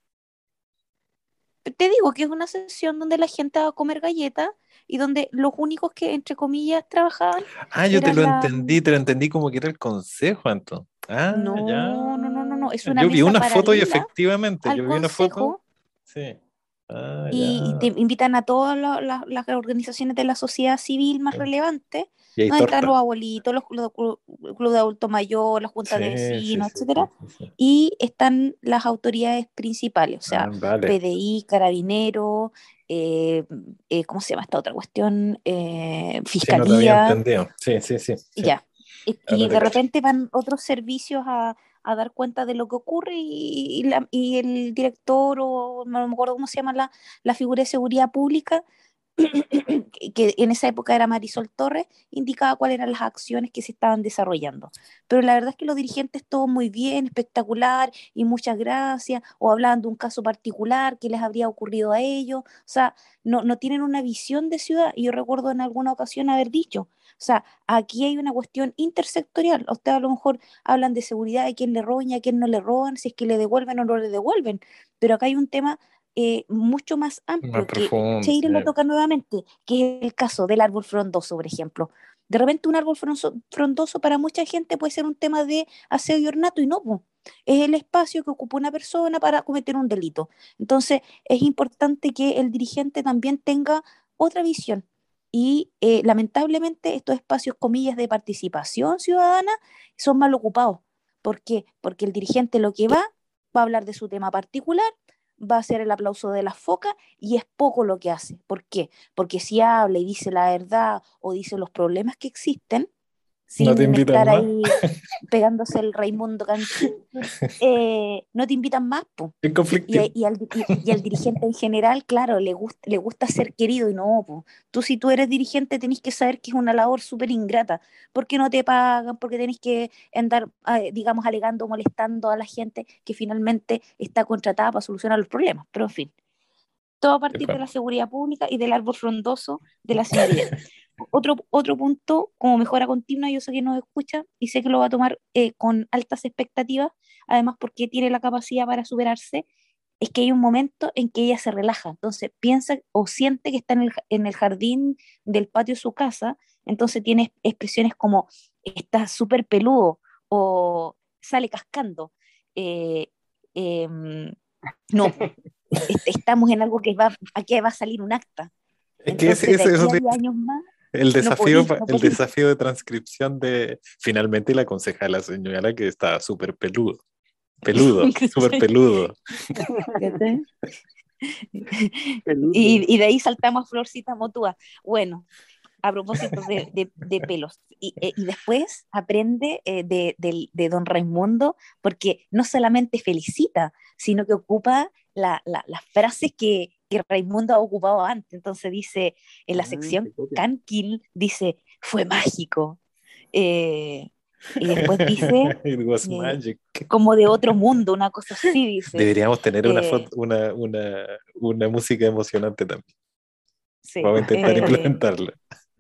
te digo que es una sesión donde la gente va a comer galletas y donde los únicos que, entre comillas, trabajaban Ah, yo te eran lo la... entendí, te lo entendí como que era el consejo, Anton. Ah, ya. No, no, no, no, no, es una Yo vi mesa una foto y paralela efectivamente, al yo vi una foto. consejo, Sí. Ah, y, y te ya. invitan a todas la- la- las organizaciones de la sociedad civil más relevantes, Y hay donde están los torta. abuelitos, los clubes club de adultos mayores, las juntas de Sí, sí, vecinos, sí, sí, etcétera, sí, sí. y están las autoridades principales, o Ah, sea, vale. P D I, Carabinero, eh, eh, ¿cómo se llama esta otra cuestión? Eh, Sí, no te había Fiscalía. entendido. Sí, sí, sí, sí. Ya. Y, y Ahora te de cacho. repente van otros servicios a, a dar cuenta de lo que ocurre, y, y la- y el director, o no me acuerdo cómo se llama la, la figura de seguridad pública, que que en esa época era Marisol Torres, indicaba cuáles eran las acciones que se estaban desarrollando. Pero la verdad es que los dirigentes todo muy bien, espectacular, y muchas gracias, o hablaban de un caso particular que les habría ocurrido a ellos, o sea, no, no tienen una visión de ciudad. Y yo recuerdo en alguna ocasión haber dicho, o sea, aquí hay una cuestión intersectorial. Ustedes a lo mejor hablan de seguridad, de quién le roban y a quién no le roban, si es que le devuelven o no le devuelven, pero acá hay un tema eh, mucho más Más amplio que profundo, sí. Cheire lo toca nuevamente, que es el caso del árbol frondoso, por ejemplo. De repente un árbol frondoso, frondoso para mucha gente puede ser un tema de aseo y ornato, y no, po. Es el espacio que ocupa una persona para cometer un delito. Entonces es importante que el dirigente también tenga otra visión. Y eh, lamentablemente estos espacios, comillas, de participación ciudadana son mal ocupados. ¿Por qué? Porque el dirigente lo que va, va a hablar de su tema particular, va a hacer el aplauso de las focas, y es poco lo que hace. ¿Por qué? Porque si habla y dice la verdad o dice los problemas que existen, ¿No te sin invitan estar más? ahí pegándose el Raimundo Canchín, eh, no te invitan más, po. Es Y, a- conflictivo. y al, y, y al dirigente en general, claro, le gusta, le gusta ser querido, y no, po. Tú, si tú eres dirigente, tenés que saber que es una labor súper ingrata, porque no te pagan, porque tenés que andar, eh, digamos, alegando, molestando a la gente que finalmente está contratada para solucionar los problemas. Pero en fin, todo a partir de la seguridad pública y del árbol frondoso de la señoría. Otro, otro punto, como mejora continua, yo sé que nos escucha y sé que lo va a tomar eh, con altas expectativas, además porque tiene la capacidad para superarse, es que hay un momento en que ella se relaja, entonces piensa o siente que está en el, en el jardín del patio de su casa, entonces tiene expresiones como está súper peludo o sale cascando. Eh, em, no, est- estamos en algo que va, aquí va a salir un acta. Es que ese, Entonces, de ese- eso aquí a te- diez años más, el no desafío, podí, pa- no el podí. desafío de transcripción de finalmente la concejala señora que está súper peludo. Peludo, súper peludo. ¿Cachai? Peludo. Y, y de ahí saltamos a Florcita Motúa. Bueno, a propósito de, de- de pelos. Y, eh, y después aprende eh, de, del- de don Raimundo, porque no solamente felicita, sino que ocupa la- la- las frases que, que Raimundo ha ocupado antes. Entonces dice, en la Ah, sección se copia. Canquil, dice, fue mágico. Eh, y después dice, It was eh, magic. como de otro mundo, una cosa así, dice. Deberíamos tener una, Eh, foto, una, una, una música emocionante también. sí. Vamos a intentar eh, implementarla.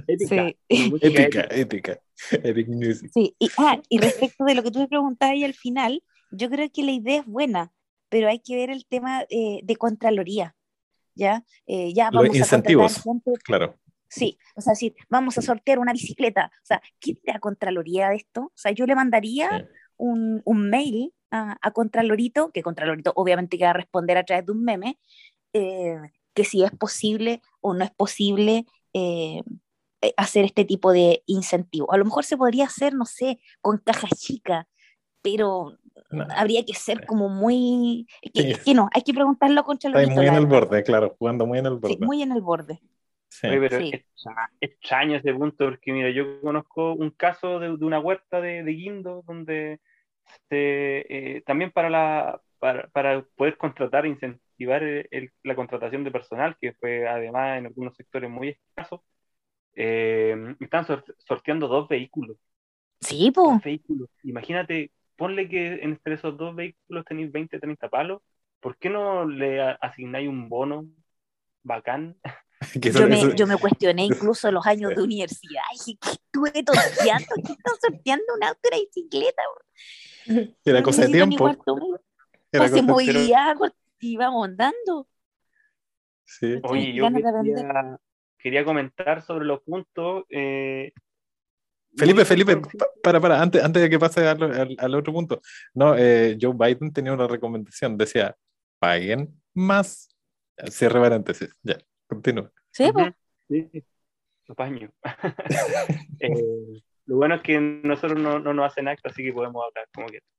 Épica. Sí. Como música Épica, épica. épica. Epic music. Sí, y, ah, y respecto de lo que tú me preguntabas ahí al final, yo creo que la idea es buena, pero hay que ver el tema eh, de Contraloría, ¿ya? Eh, ya Los vamos a contratar incentivos, gente, claro. sí, o sea, si vamos a sortear una bicicleta, o sea, ¿qué dirá Contraloría de esto? O sea, yo le mandaría Sí. un, un mail a, a Contralorito, que Contralorito obviamente que va a responder a través de un meme, eh, que si es posible o no es posible eh, eh, hacer este tipo de incentivo. A lo mejor se podría hacer, no sé, con caja chica, pero No, habría que ser sí. como muy... Es que, Sí, es que no, hay que preguntarlo a está Contralorito, muy en la el verdad. borde, claro, jugando muy en el Sí, borde. muy en el borde. Sí. Oye, pero Sí. es extraño ese punto, porque mira, yo conozco un caso de, de una huerta de, de guindos donde se, eh, también para, la, para, para poder contratar e incentivar el- el- la contratación de personal, que fue además en algunos sectores muy escasos, eh, están sor- sorteando dos vehículos. Sí, Dos po. vehículos. Imagínate, ponle que entre esos dos vehículos tenéis veinte, treinta palos. ¿Por qué no le a- asignáis un bono bacán? Que eso, Yo me, eso, yo me cuestioné eso- incluso los años sí. de universidad. Y dije, ¿qué estuve tonteando? ¿Qué están sorteando un auto y una bicicleta? Era No cosa de necesito ni tiempo. cuarto medio. Era Pase cosa de... Pero, movilidad y vamos andando. Sí. ¿Cachai? oye, Y yo ganas de aprender. quería, quería comentar sobre los puntos. eh, muy, Felipe, muy Felipe, por pa- encima. para, para, antes, antes de que pase al, al- al otro punto. No, eh, Joe Biden tenía una recomendación, decía, paguen más. Cierre paréntesis, ya, continúa. Sí, po. Ujú, sí, sí, lo paño. Eh, lo bueno es que nosotros no, no nos hacen acto, así que podemos hablar como que.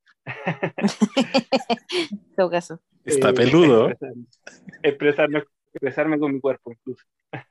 En todo caso. Está Eh, peludo. expresarme, expresarme, expresarme con mi cuerpo, incluso.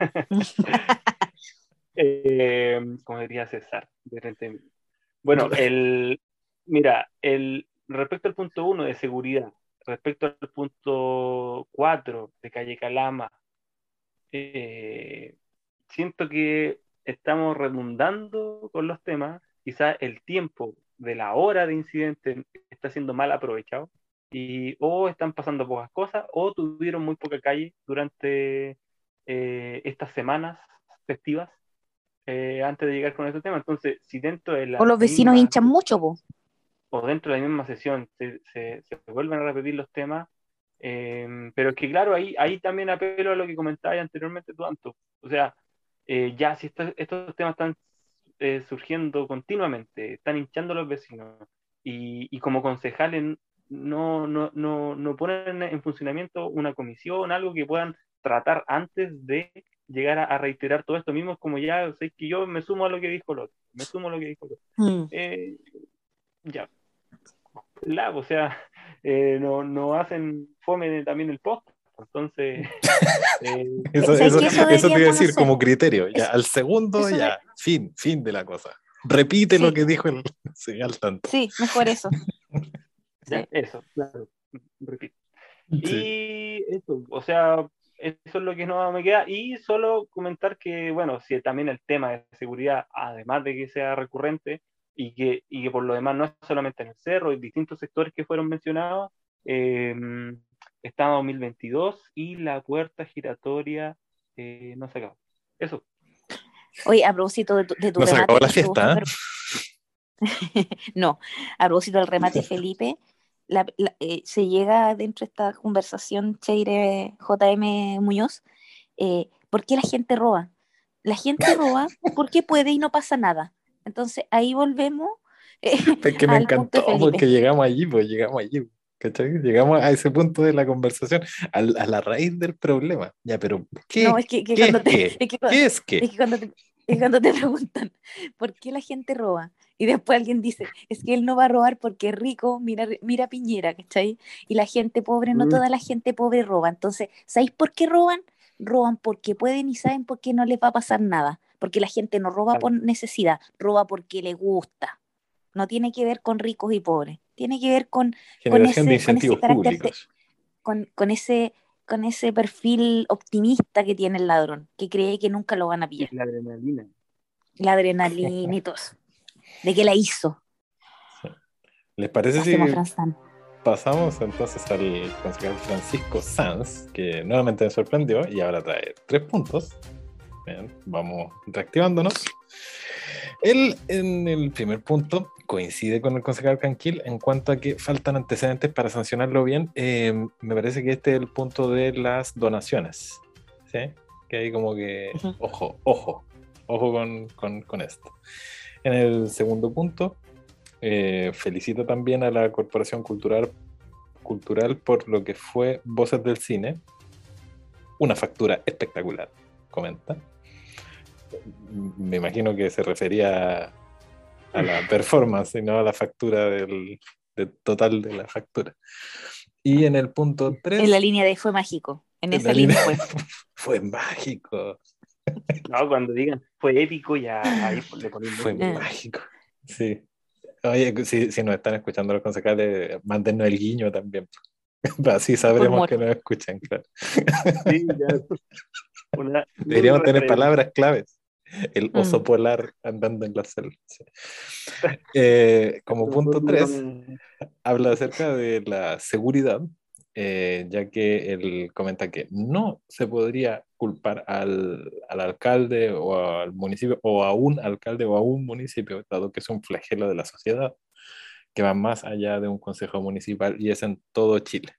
Eh, como diría César, de frente. Bueno, el, mira, el, respecto al punto uno de seguridad, respecto al punto cuatro de Calle Calama, eh, siento que estamos redundando con los temas, quizás el tiempo de la hora de incidente está siendo mal aprovechado y o están pasando pocas cosas o tuvieron muy poca calle durante eh, estas semanas festivas eh, antes de llegar con este tema. Entonces, si dentro de O la los vecinos misma hinchan mucho, po. o dentro de la misma sesión se, se, se vuelven a repetir los temas, eh, pero es que claro, ahí, ahí también apelo a lo que comentabas anteriormente tú, Anto. O sea, eh, ya si estos, estos temas están eh, surgiendo continuamente, están hinchando a los vecinos y, y como concejales no, no, no, no ponen en funcionamiento una comisión, algo que puedan tratar antes de llegar a, a reiterar todo esto mismo, es como ya, sé que yo me sumo a lo que dijo el otro, me sumo a lo que dijo el otro. Mm. Eh, ya, la, o sea, eh, no, no hacen fome también el post, entonces, eh, Eso, ¿Sabes eso, que eso eso te iba a deberíamos decir hacer? como criterio. Ya, Eso, al segundo, eso de- ya, fin, fin de la cosa. Repite lo sí, que dijo el. Sí, al tanto. sí, mejor eso. ya, Sí. eso, claro, repito. Sí. Y eso, o sea, eso es lo que no me queda. Y solo comentar que, bueno, si también el tema de seguridad, además de que sea recurrente, y que, y que por lo demás no es solamente en el cerro, hay distintos sectores que fueron mencionados, eh, está dos mil veintidós y la puerta giratoria eh, no se acabó. Eso. Oye, a propósito de tu, de tu No se acabó remate, la estuvo fiesta, ¿eh? súper. No, a propósito del remate, Felipe, la- la- eh, se llega dentro de esta conversación Cheire J M Muñoz, eh, ¿por qué la gente roba? La gente roba porque puede y no pasa nada. Entonces ahí volvemos eh, Es que me al punto de encantó porque Felipe. llegamos allí, pues llegamos allí. ¿Cachai? Llegamos a ese punto de la conversación, al- a, la raíz del problema. Ya, pero No, ¿qué? es que, que ¿Qué cuando es te, qué? es que, cua- ¿Qué es es qué? que cuando te, es que cuando te preguntan por qué la gente roba y después alguien dice, es que él no va a robar porque es rico, mira, mira a Piñera, ¿cachai? Y la gente pobre, no Mm, toda la gente pobre roba. Entonces, ¿sabéis por qué roban? Roban porque pueden y saben por qué no les va a pasar nada. Porque la gente no roba por claro, necesidad, roba porque le gusta. No tiene que ver con ricos y pobres, tiene que ver con, con Generación de ese, con ese incentivos carácter de, públicos. con, con ese, con ese perfil optimista que tiene el ladrón, que cree que nunca lo van a pillar. y la adrenalina. La adrenalina y todo eso. ¿De qué la hizo? Sí. ¿Les parece Hacemos si Franz Tan. pasamos entonces al concejal Francisco Sanz, que nuevamente me sorprendió y ahora trae tres puntos? Bien, vamos reactivándonos. Él, en el primer punto, coincide con el concejal Canquil en cuanto a que faltan antecedentes para sancionarlo bien. Eh, me parece que este es el punto de las donaciones, ¿sí? Que hay como que, Ujú. ojo, ojo, ojo con, con, con esto. En el segundo punto, eh, felicito también a la Corporación Cultural, Cultural por lo que fue Voces del Cine. Una factura espectacular, comenta. Me imagino que se refería a la performance y no a la factura del, del total de la factura. Y en el punto tres, En la línea D fue mágico. En en esa la línea línea- fue. fue mágico, No, cuando digan fue épico, ya ahí le ponen fue música. Ah. mágico. Sí. Oye, si, si nos están escuchando los concejales, mándennos el guiño también. Así Por sabremos humor. que nos escuchan, claro. Sí, ya. Una, un Deberíamos tener referente. palabras claves. El oso Mm. polar andando en la selva. Sí. Eh, como punto tres, Nosotros- habla acerca de la seguridad, eh, ya que él comenta que no se podría culpar al, al alcalde o al municipio, o a un alcalde o a un municipio, dado que es un flagelo de la sociedad, que va más allá de un consejo municipal y es en todo Chile.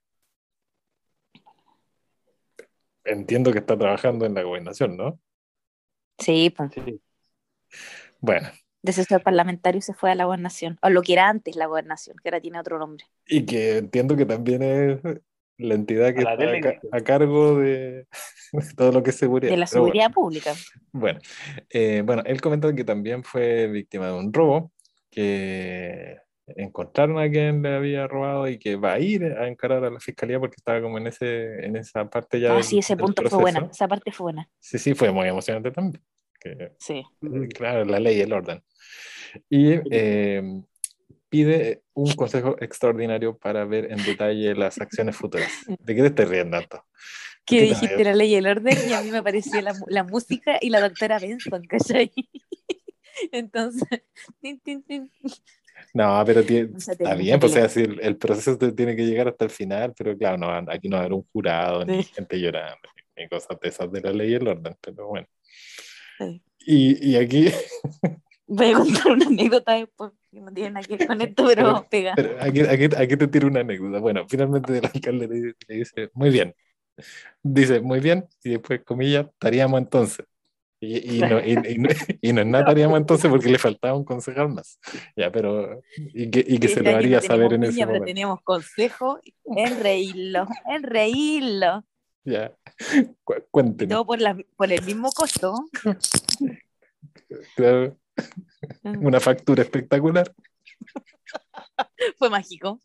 Entiendo que está trabajando en la gobernación, ¿no? Sí, pues. Sí. Bueno, De sector parlamentario se fue a la gobernación. O lo que era antes la gobernación, que ahora tiene otro nombre. y que entiendo que también es la entidad que A la está a, ca- delegación. a cargo de, de todo lo que es seguridad. De la Pero bueno, seguridad pública. bueno, eh, bueno, él comenta que también fue víctima de un robo, que encontraron a quien le había robado y que va a ir a encarar a la fiscalía porque estaba como en ese, en esa parte ya Ah, del, sí, ese del punto fue buena. proceso. Esa parte fue buena. Sí, sí, fue muy emocionante también. Que, Sí. eh, claro, la ley y el orden. Y eh, pide un consejo extraordinario para ver en detalle las acciones futuras. ¿De qué te estás riendo, Anto? ¿Por Que qué te dijiste ríes? la ley y el orden y a mí me pareció la, la música y la doctora Benson, ¿cachai? Entonces, tin, tin, tin. No, pero tie- Mucha está tele, bien, mucha pues o tele. sea, si el, el proceso te tiene que llegar hasta el final, pero claro, no, aquí no va a haber un jurado, ni Sí, gente llorando, ni, ni cosas de esas de la ley y el orden, pero bueno. sí. Y, y aquí, Voy a contar una anécdota después que no tiene nada que ver con esto, pero pero, pega. pero aquí, aquí, aquí te tiro una anécdota. Bueno, finalmente el alcalde le, le dice, muy bien, dice, muy bien, y después, comillas, estaríamos entonces. Y, y, no, y, y no, y no es nada estaríamos entonces porque le faltaba un concejal más. Ya, pero, y que, y que se Este lo año no haría saber tenemos en ese viña, pero momento. tenemos consejo en reírlo, en reírlo. Ya, Cu- Y cuéntenos. todo por, la, por el mismo costo. Claro, una factura espectacular. Fue mágico.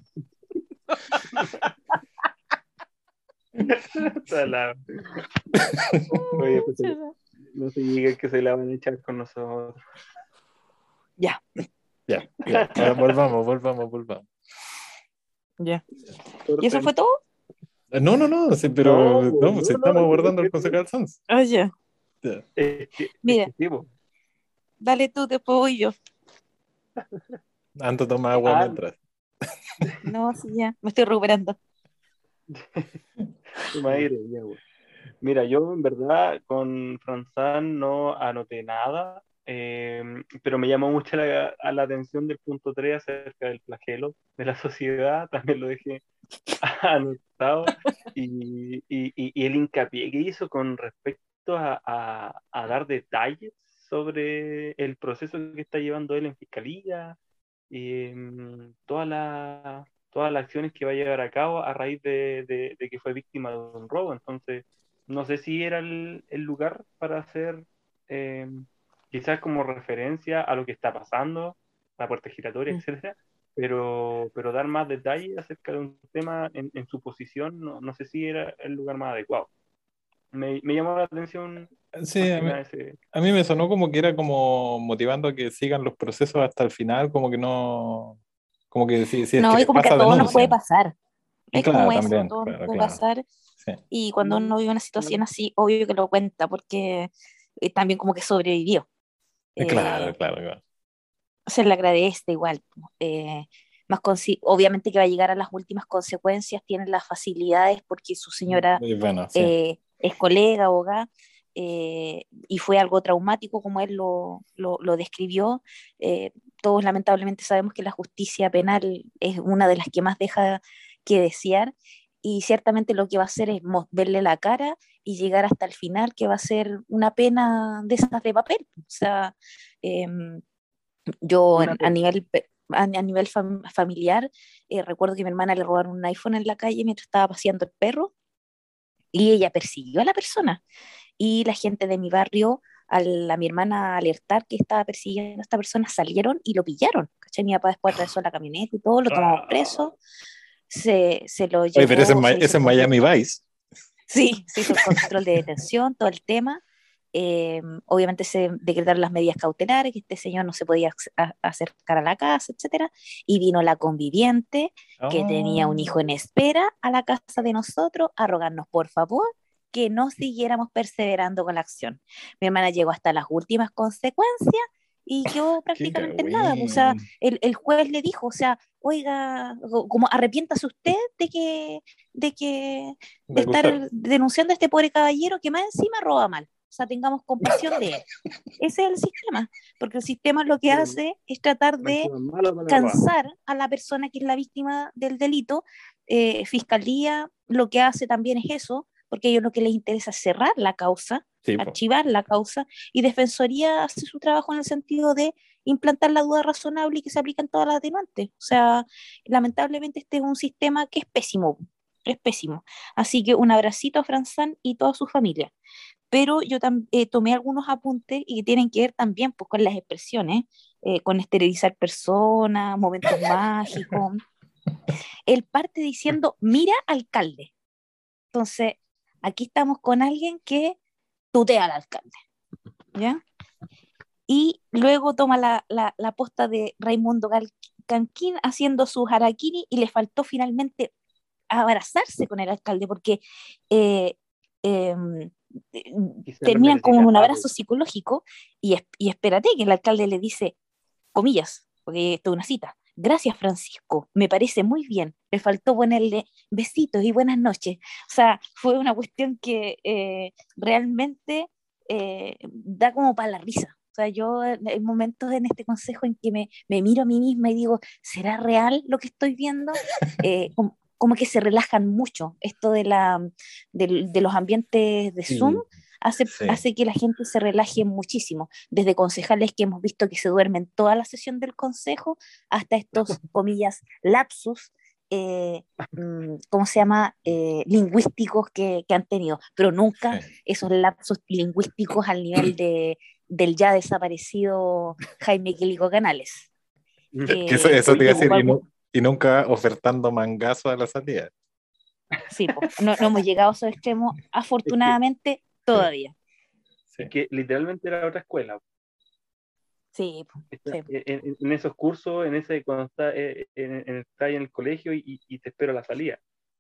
Hasta la- Oye, pues, no se diga que se la van a echar con nosotros. Ya, Ya, ya, ahora volvamos, volvamos, volvamos. ya. ¿Y eso fue todo? Eh, No, no, no, sí, No, pero no, no, si no, estamos no, abordando es el que, concejal Sanz. Ah, ya. Ya, es que, es Mira, que sí, po. dale tú, después voy yo. Anto toma agua Ah, mientras. No, sí, ya. Me estoy recuperando. toma aire, ya, güey. Mira, yo en verdad con Franzán no anoté nada, eh, pero me llamó mucho la, a la atención del punto tres acerca del flagelo de la sociedad, también lo dejé anotado, y, y- y- y el hincapié que hizo con respecto a, a- a dar detalles sobre el proceso que está llevando él en fiscalía, y mm, toda la- todas las acciones que va a llevar a cabo a raíz de, de- de que fue víctima de un robo. Entonces, no sé si era el, el lugar para hacer eh, quizás como referencia a lo que está pasando, la puerta giratoria, Mm. etcétera, pero, pero dar más detalles acerca de un tema en, en su posición, no, no sé si era el lugar más adecuado. Me, me llamó la atención Sí, más a que mí, nada ese. a mí me sonó como que era como motivando a que sigan los procesos hasta el final, como que no, como que si, si es que No, y les como que a pasa, todos nos puede denuncian. pasar. Y Es claro, como eso, a también, todos nos claro, puede claro. pasar. Sí, Y cuando uno vive una situación así, obvio que lo cuenta, porque eh, también como que sobrevivió. Eh, claro, Eh, claro, claro. se le agradece igual. eh, más consi- obviamente que va a llegar a las últimas consecuencias, tiene las facilidades porque su señora Y bueno, sí. eh, es colega, abogada, eh, y fue algo traumático como él lo, lo, lo describió. Eh, todos lamentablemente sabemos que la justicia penal es una de las que más deja que desear, y ciertamente lo que va a hacer es verle la cara y llegar hasta el final, que va a ser una pena de esas de papel. O sea, eh, yo a nivel, a, a nivel fam, familiar, eh, recuerdo que a mi hermana le robaron un iPhone en la calle mientras estaba paseando el perro, y ella persiguió a la persona, y la gente de mi barrio, al, a mi hermana alertar que estaba persiguiendo a esta persona, salieron y lo pillaron, ¿cachai? Mi papá después atravesó la camioneta y todo, lo tomamos preso, se, se lo llevó. Oye, pero ese, ese es en Miami Vice. Sí, se hizo el control de detención, todo el tema. Eh, obviamente se decretaron las medidas cautelares, que este señor no se podía a, acercar a la casa, etcétera, y vino la conviviente, oh, que tenía un hijo en espera, a la casa de nosotros a rogarnos por favor que no siguiéramos perseverando con la acción. Mi hermana llegó hasta las últimas consecuencias y quedó prácticamente nada. O sea, el, el juez le dijo, o sea, oiga, como arrepiéntase usted de que de que de estar denunciando a este pobre caballero que más encima roba mal. O sea, tengamos compasión de él. Ese es el sistema, porque el sistema lo que hace es tratar de cansar a la persona que es la víctima del delito. Eh, Fiscalía lo que hace también es eso, porque a ellos lo que les interesa es cerrar la causa, sí, archivar la causa, y Defensoría hace su trabajo en el sentido de implantar la duda razonable y que se apliquen todas las atenuantes. O sea, lamentablemente este es un sistema que es pésimo, es pésimo. Así que un abracito a Franzán y toda su familia. Pero yo tam, eh, tomé algunos apuntes y que tienen que ver también pues, con las expresiones, eh, con esterilizar personas, momentos mágicos. Él parte diciendo, mira, alcalde. Entonces, aquí estamos con alguien que tutea al alcalde, ¿ya? Y luego toma la, la, la posta de Raimundo Canquín haciendo sus harakiri, y le faltó finalmente abrazarse con el alcalde, porque eh, eh, terminan con un abrazo psicológico, y, y espérate que el alcalde le dice, comillas, porque esto es una cita, gracias Francisco, me parece muy bien, le faltó ponerle besitos y buenas noches. O sea, fue una cuestión que eh, realmente eh, da como para la risa. O sea, yo hay momentos en este consejo en que me, me miro a mí misma y digo, ¿será real lo que estoy viendo? Eh, como, como que se relajan mucho. Esto de, la, de, de los ambientes de Zoom hace, sí. hace que la gente se relaje muchísimo. Desde concejales que hemos visto que se duermen toda la sesión del consejo, hasta estos, comillas, lapsus, eh, ¿cómo se llama? Eh, lingüísticos que, que han tenido. Pero nunca sí. esos lapsus lingüísticos al nivel de, del ya desaparecido Jaime Quilico Canales. Eh, eso, eso te iba a decir, y, no, y nunca ofertando mangazo a la salida. Sí, pues, no, no hemos llegado a esos extremos, afortunadamente, es que, todavía. Sí. Es que literalmente era otra escuela. Sí, está, sí. En, en esos cursos, en ese cuando está en, en, está en el colegio y, y te espero a la salida.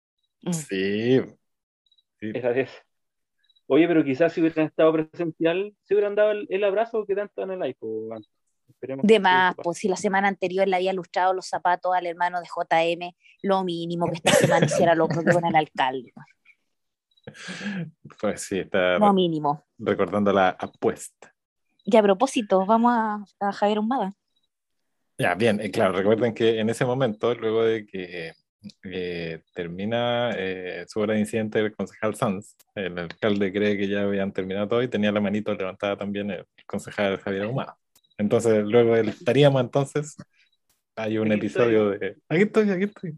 Sí. sí. Esa es. Oye, pero quizás si hubieran estado presencial, se hubieran dado el, el abrazo que tanto en el iPhone. Esperemos de más, pues si la semana anterior le había lustrado los zapatos al hermano de J M, lo mínimo que esta semana hiciera lo propio con el alcalde. Pues sí, está lo mínimo. Recordando la apuesta. Y a propósito, vamos a, a Javier Ahumada. Ya, bien, eh, claro, recuerden que en ese momento, luego de que eh, termina eh, su hora de incidente el concejal Sanz, el alcalde cree que ya habían terminado todo y tenía la manito levantada también el concejal Javier Ahumada. Entonces, luego del estaríamos entonces, hay un aquí episodio estoy. de... Aquí estoy, aquí estoy.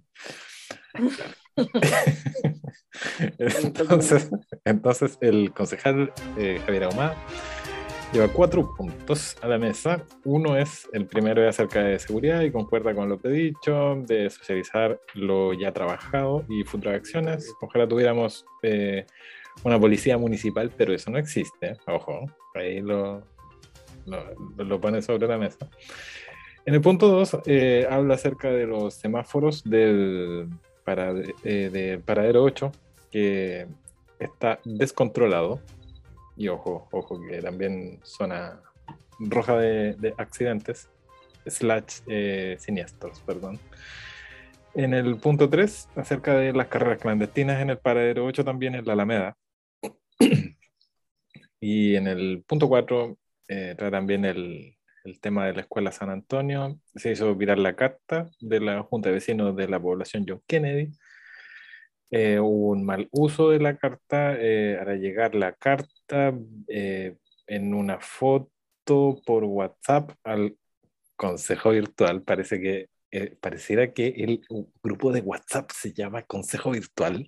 entonces, entonces, el concejal eh, Javier Ahumada lleva cuatro puntos a la mesa. Uno es, el primero es acerca de seguridad y concuerda con lo que he dicho, de socializar lo ya trabajado y futuras acciones. Ojalá tuviéramos eh, una policía municipal, pero eso no existe. Ojo, ahí lo, lo, lo pone sobre la mesa. En el punto dos, eh, habla acerca de los semáforos del para, eh, de paradero ocho, que está descontrolado. Y ojo, ojo, que también zona roja de, de accidentes, slash eh, siniestros, perdón. En el punto tres, acerca de las carreras clandestinas en el paradero ocho, también en la Alameda. Y en el punto cuatro eh, tratan bien el, el tema de la Escuela San Antonio. Se hizo viral la carta de la Junta de Vecinos de la población John Kennedy. Eh, hubo un mal uso de la carta. Eh, hará llegar la carta eh, en una foto por WhatsApp al Consejo Virtual. Parece que eh, pareciera que el grupo de WhatsApp se llama Consejo Virtual.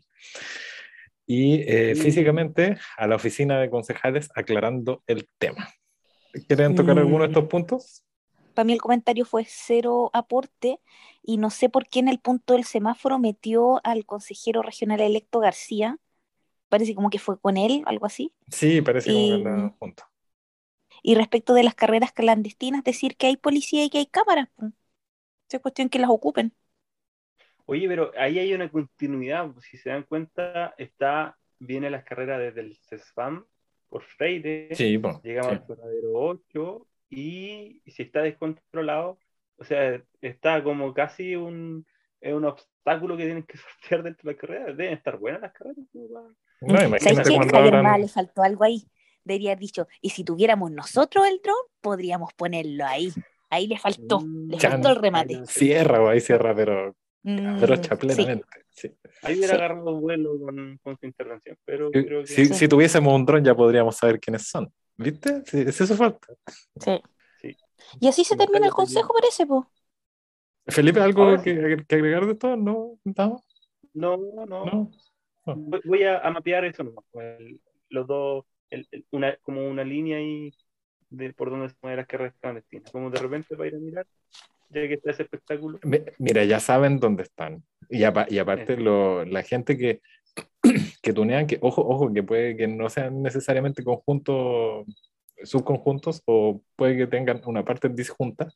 Y eh, Mm. físicamente a la oficina de concejales aclarando el tema. ¿Quieren tocar alguno de estos puntos? Para mí el comentario fue cero aporte y no sé por qué en el punto del semáforo metió al consejero regional electo García. Parece como que fue con él, algo así. Sí, parece como que Y, andan juntos. y respecto de las carreras clandestinas, decir que hay policía y que hay cámaras. Pues. Es cuestión que las ocupen. Oye, pero ahí hay una continuidad. Si se dan cuenta, está, viene las carreras desde el CESFAM por Freire, Sí, bueno, llegamos sí. al corredero ocho y si está descontrolado, o sea, está como casi un, es un obstáculo que tienen que sortear dentro de la carrera. Deben estar buenas las carreras. No, ¿Sabes imagínate qué? cuando Javier Má abran. le faltó algo ahí. Debería haber dicho, y si tuviéramos nosotros el dron, podríamos ponerlo ahí. Ahí le faltó, Mm, le Chan, faltó el remate. cierra, o ahí cierra, pero Mm, abrocha sí, plenamente. Sí. ahí hubiera sí, agarrado vuelo con, con su intervención, pero Si, creo que si- sí, si tuviésemos un dron ya podríamos saber quiénes son. ¿Viste? Sí, es eso falta. sí. sí. Y así se termina el Comentario consejo, parece, pues. Felipe, ¿algo Ahora sí. que, que agregar de esto? ¿No? ¿No? No, no. ¿No? No. Voy voy a, a mapear eso nomás. el- los dos, el- el- una, como una línea ahí de por donde se mueven las carreras clandestinas. Como de repente para ir a mirar, ya que está ese espectáculo. Mi- Mira, ya saben dónde están. Y, apa- y aparte, Eso. lo- la gente que, que tunean, que ojo, ojo, que puede que no sean necesariamente conjuntos, subconjuntos, o puede que tengan una parte disjunta,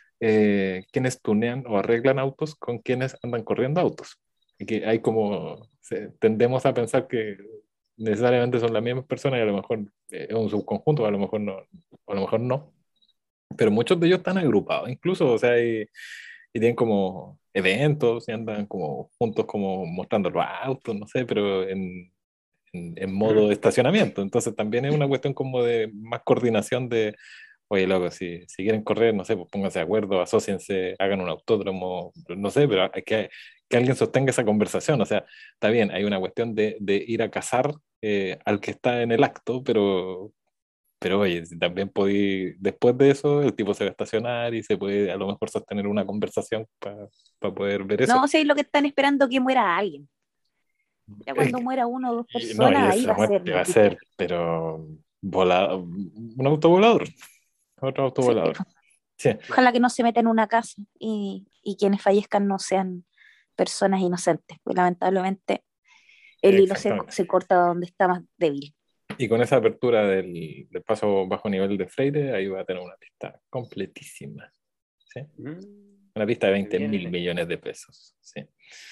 eh, quienes tunean o arreglan autos con quienes andan corriendo autos. Y que hay como, se- tendemos a pensar que necesariamente son las mismas personas y a lo mejor eh, es un subconjunto, a lo mejor no, a lo mejor no. Pero muchos de ellos están agrupados, incluso, o sea, y, y tienen como eventos y andan como juntos como mostrando los autos, no sé, pero en, en, en modo de estacionamiento. Entonces también es una cuestión como de más coordinación de, oye, loco, si, si quieren correr, no sé, pues pónganse de acuerdo, asóciense, hagan un autódromo, no sé, pero hay que, que alguien sostenga esa conversación. O sea, está bien, hay una cuestión de, de ir a cazar eh, al que está en el acto, pero, pero oye, si también podí, después de eso, el tipo se va a estacionar y se puede a lo mejor sostener una conversación para poder ver eso. No sé lo que están esperando que muera alguien. Ya Es cuando que- muera uno o dos y no, y personas, ahí esa va a ser muerte va a noticia. ser, pero volado, un autovolador, otro Sí. autovolador. Sí. Ojalá que no se meta en una casa y, y quienes fallezcan no sean personas inocentes, pues lamentablemente el hilo se, Exactamente. se corta donde está más débil. Y con esa apertura del, del paso bajo nivel de Freire, ahí va a tener una pista completísima. ¿Sí? Mm, Una pista de veinte bien. mil millones de pesos. ¿Sí?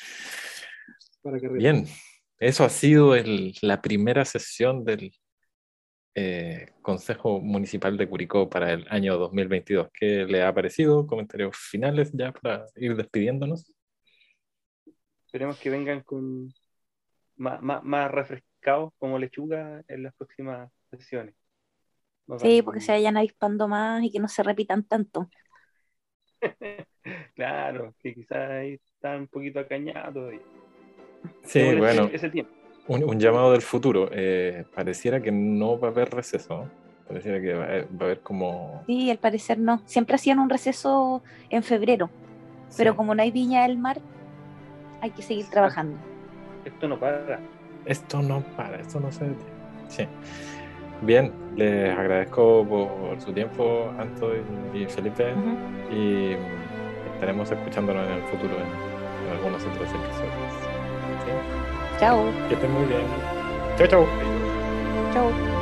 Para que Bien, eso ha sido el- la primera sesión del eh, Consejo Municipal de Curicó para el año dos mil veintidós. ¿Qué le ha parecido? Comentarios finales ya para ir despidiéndonos. esperemos que vengan con más, más, más refrescados como lechuga en las próximas sesiones. Nos Sí, dan- porque se vayan avispando más y que no se repitan tanto. Claro, que quizás ahí están un poquito acañados todavía. Sí, Démosle bueno, ese, ese tiempo. un, un llamado del futuro. Eh, pareciera que no va a haber receso. Pareciera que va a, va a haber como... Sí, al parecer no. Siempre hacían un receso en febrero, pero Sí. como no hay Viña del Mar, hay que seguir trabajando. Esto no para. Esto no para, esto no se detiene. Sí. Bien, les agradezco por su tiempo, Anto y, y Felipe, Ujú. y estaremos escuchándonos en el futuro en, en algunos otros episodios. ¿Sí? Chao, Que estén muy bien. Chao, chao. chao.